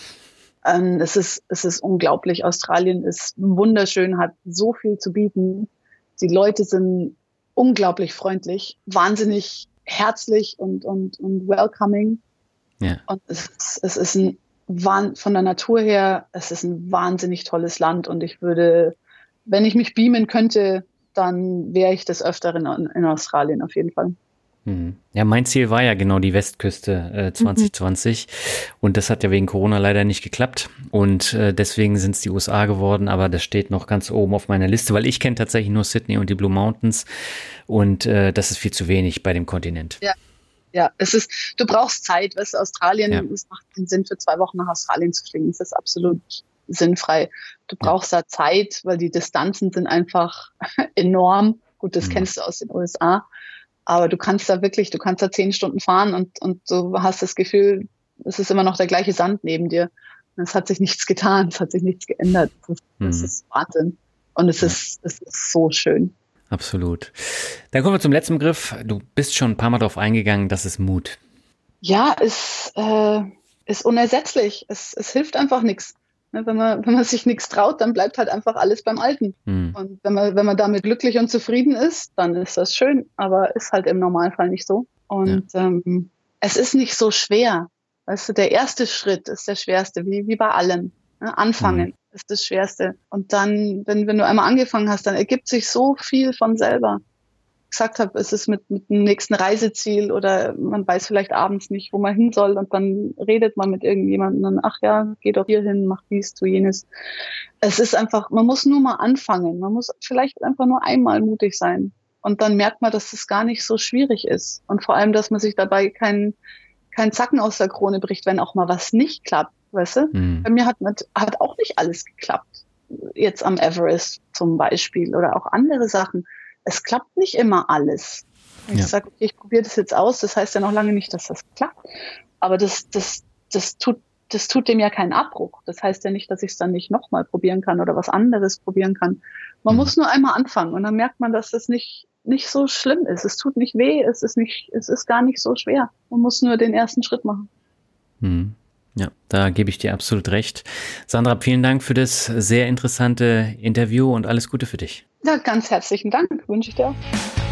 Ähm, es ist, es ist unglaublich. Australien ist wunderschön, hat so viel zu bieten. Die Leute sind unglaublich freundlich, wahnsinnig herzlich und, und, und welcoming. Ja. Und es ist, es ist ein, von der Natur her, es ist ein wahnsinnig tolles Land und ich würde, wenn ich mich beamen könnte, dann wäre ich des Öfteren in, in Australien auf jeden Fall. Mhm. Ja, mein Ziel war ja genau die Westküste äh, zwanzig zwanzig mhm. und das hat ja wegen Corona leider nicht geklappt und äh, deswegen sind es die U S A geworden, aber das steht noch ganz oben auf meiner Liste, weil ich kenne tatsächlich nur Sydney und die Blue Mountains und äh, das ist viel zu wenig bei dem Kontinent. Ja. Ja, es ist, du brauchst Zeit, weißt du, Australien, Ja. Es macht keinen Sinn, für zwei Wochen nach Australien zu fliegen. Das ist absolut sinnfrei. Du brauchst ja. da Zeit, weil die Distanzen sind einfach enorm. Gut, das mhm. kennst du aus den U S A. Aber du kannst da wirklich, du kannst da zehn Stunden fahren und, und du hast das Gefühl, es ist immer noch der gleiche Sand neben dir. Und es hat sich nichts getan, es hat sich nichts geändert. Das, mhm. das ist Wahnsinn. Und es, ja. ist, es ist so schön. Absolut. Dann kommen wir zum letzten Begriff. Du bist schon ein paar Mal darauf eingegangen, das ist Mut. Ja, es äh, ist unersetzlich. Es, es hilft einfach nichts. Wenn man, wenn man sich nichts traut, dann bleibt halt einfach alles beim Alten. Hm. Und wenn man, wenn man damit glücklich und zufrieden ist, dann ist das schön. Aber ist halt im Normalfall nicht so. Und ja. ähm, es ist nicht so schwer. Weißt du, der erste Schritt ist der schwerste, wie, wie bei allem. Ne? Anfangen hm. ist das Schwerste. Und dann, wenn, wenn du einmal angefangen hast, dann ergibt sich so viel von selber. Gesagt habe, es ist mit, mit dem nächsten Reiseziel oder man weiß vielleicht abends nicht, wo man hin soll und dann redet man mit irgendjemandem und dann, ach ja, geh doch hier hin, mach dies, tu jenes. Es ist einfach, man muss nur mal anfangen. Man muss vielleicht einfach nur einmal mutig sein. Und dann merkt man, dass es gar nicht so schwierig ist. Und vor allem, dass man sich dabei keinen kein Zacken aus der Krone bricht, wenn auch mal was nicht klappt, weißt du? Mhm. Bei mir hat, hat auch nicht alles geklappt. Jetzt am Everest zum Beispiel oder auch andere Sachen. Es klappt nicht immer alles. Wenn ja. ich sage, okay, ich probiere das jetzt aus, das heißt ja noch lange nicht, dass das klappt. Aber das, das, das tut, das tut dem ja keinen Abbruch. Das heißt ja nicht, dass ich es dann nicht nochmal probieren kann oder was anderes probieren kann. Man mhm. muss nur einmal anfangen und dann merkt man, dass es nicht, nicht so schlimm ist. Es tut nicht weh, es ist nicht, es ist gar nicht so schwer. Man muss nur den ersten Schritt machen. Mhm. Ja, da gebe ich dir absolut recht. Sandra, vielen Dank für das sehr interessante Interview und alles Gute für dich. Ja, ganz herzlichen Dank, wünsche ich dir auch.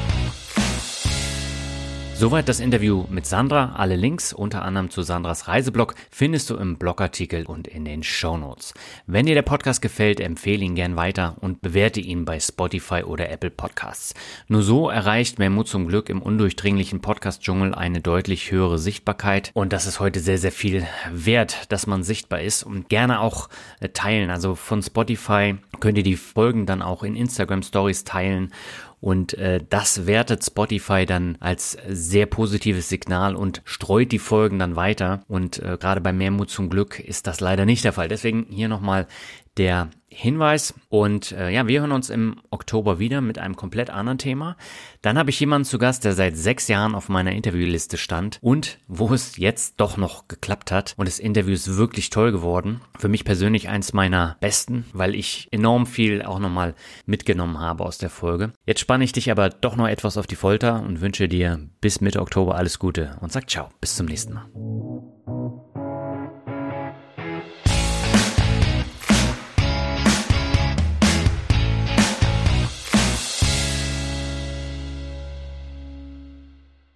Soweit das Interview mit Sandra. Alle Links, unter anderem zu Sandras Reiseblog, findest du im Blogartikel und in den Shownotes. Wenn dir der Podcast gefällt, empfehle ihn gern weiter und bewerte ihn bei Spotify oder Apple Podcasts. Nur so erreicht Mehr Mut zum Glück im undurchdringlichen Podcast-Dschungel eine deutlich höhere Sichtbarkeit. Und das ist heute sehr, sehr viel wert, dass man sichtbar ist und gerne auch teilen. Also von Spotify könnt ihr die Folgen dann auch in Instagram-Stories teilen. Und äh, das wertet Spotify dann als sehr positives Signal und streut die Folgen dann weiter. Und äh, gerade bei Mehr Mut zum Glück ist das leider nicht der Fall. Deswegen hier nochmal der Hinweis. Und äh, ja, wir hören uns im Oktober wieder mit einem komplett anderen Thema. Dann habe ich jemanden zu Gast, der seit sechs Jahren auf meiner Interviewliste stand und wo es jetzt doch noch geklappt hat. Und das Interview ist wirklich toll geworden. Für mich persönlich eins meiner besten, weil ich enorm viel auch nochmal mitgenommen habe aus der Folge. Jetzt spanne ich dich aber doch noch etwas auf die Folter und wünsche dir bis Mitte Oktober alles Gute und sag ciao, bis zum nächsten Mal.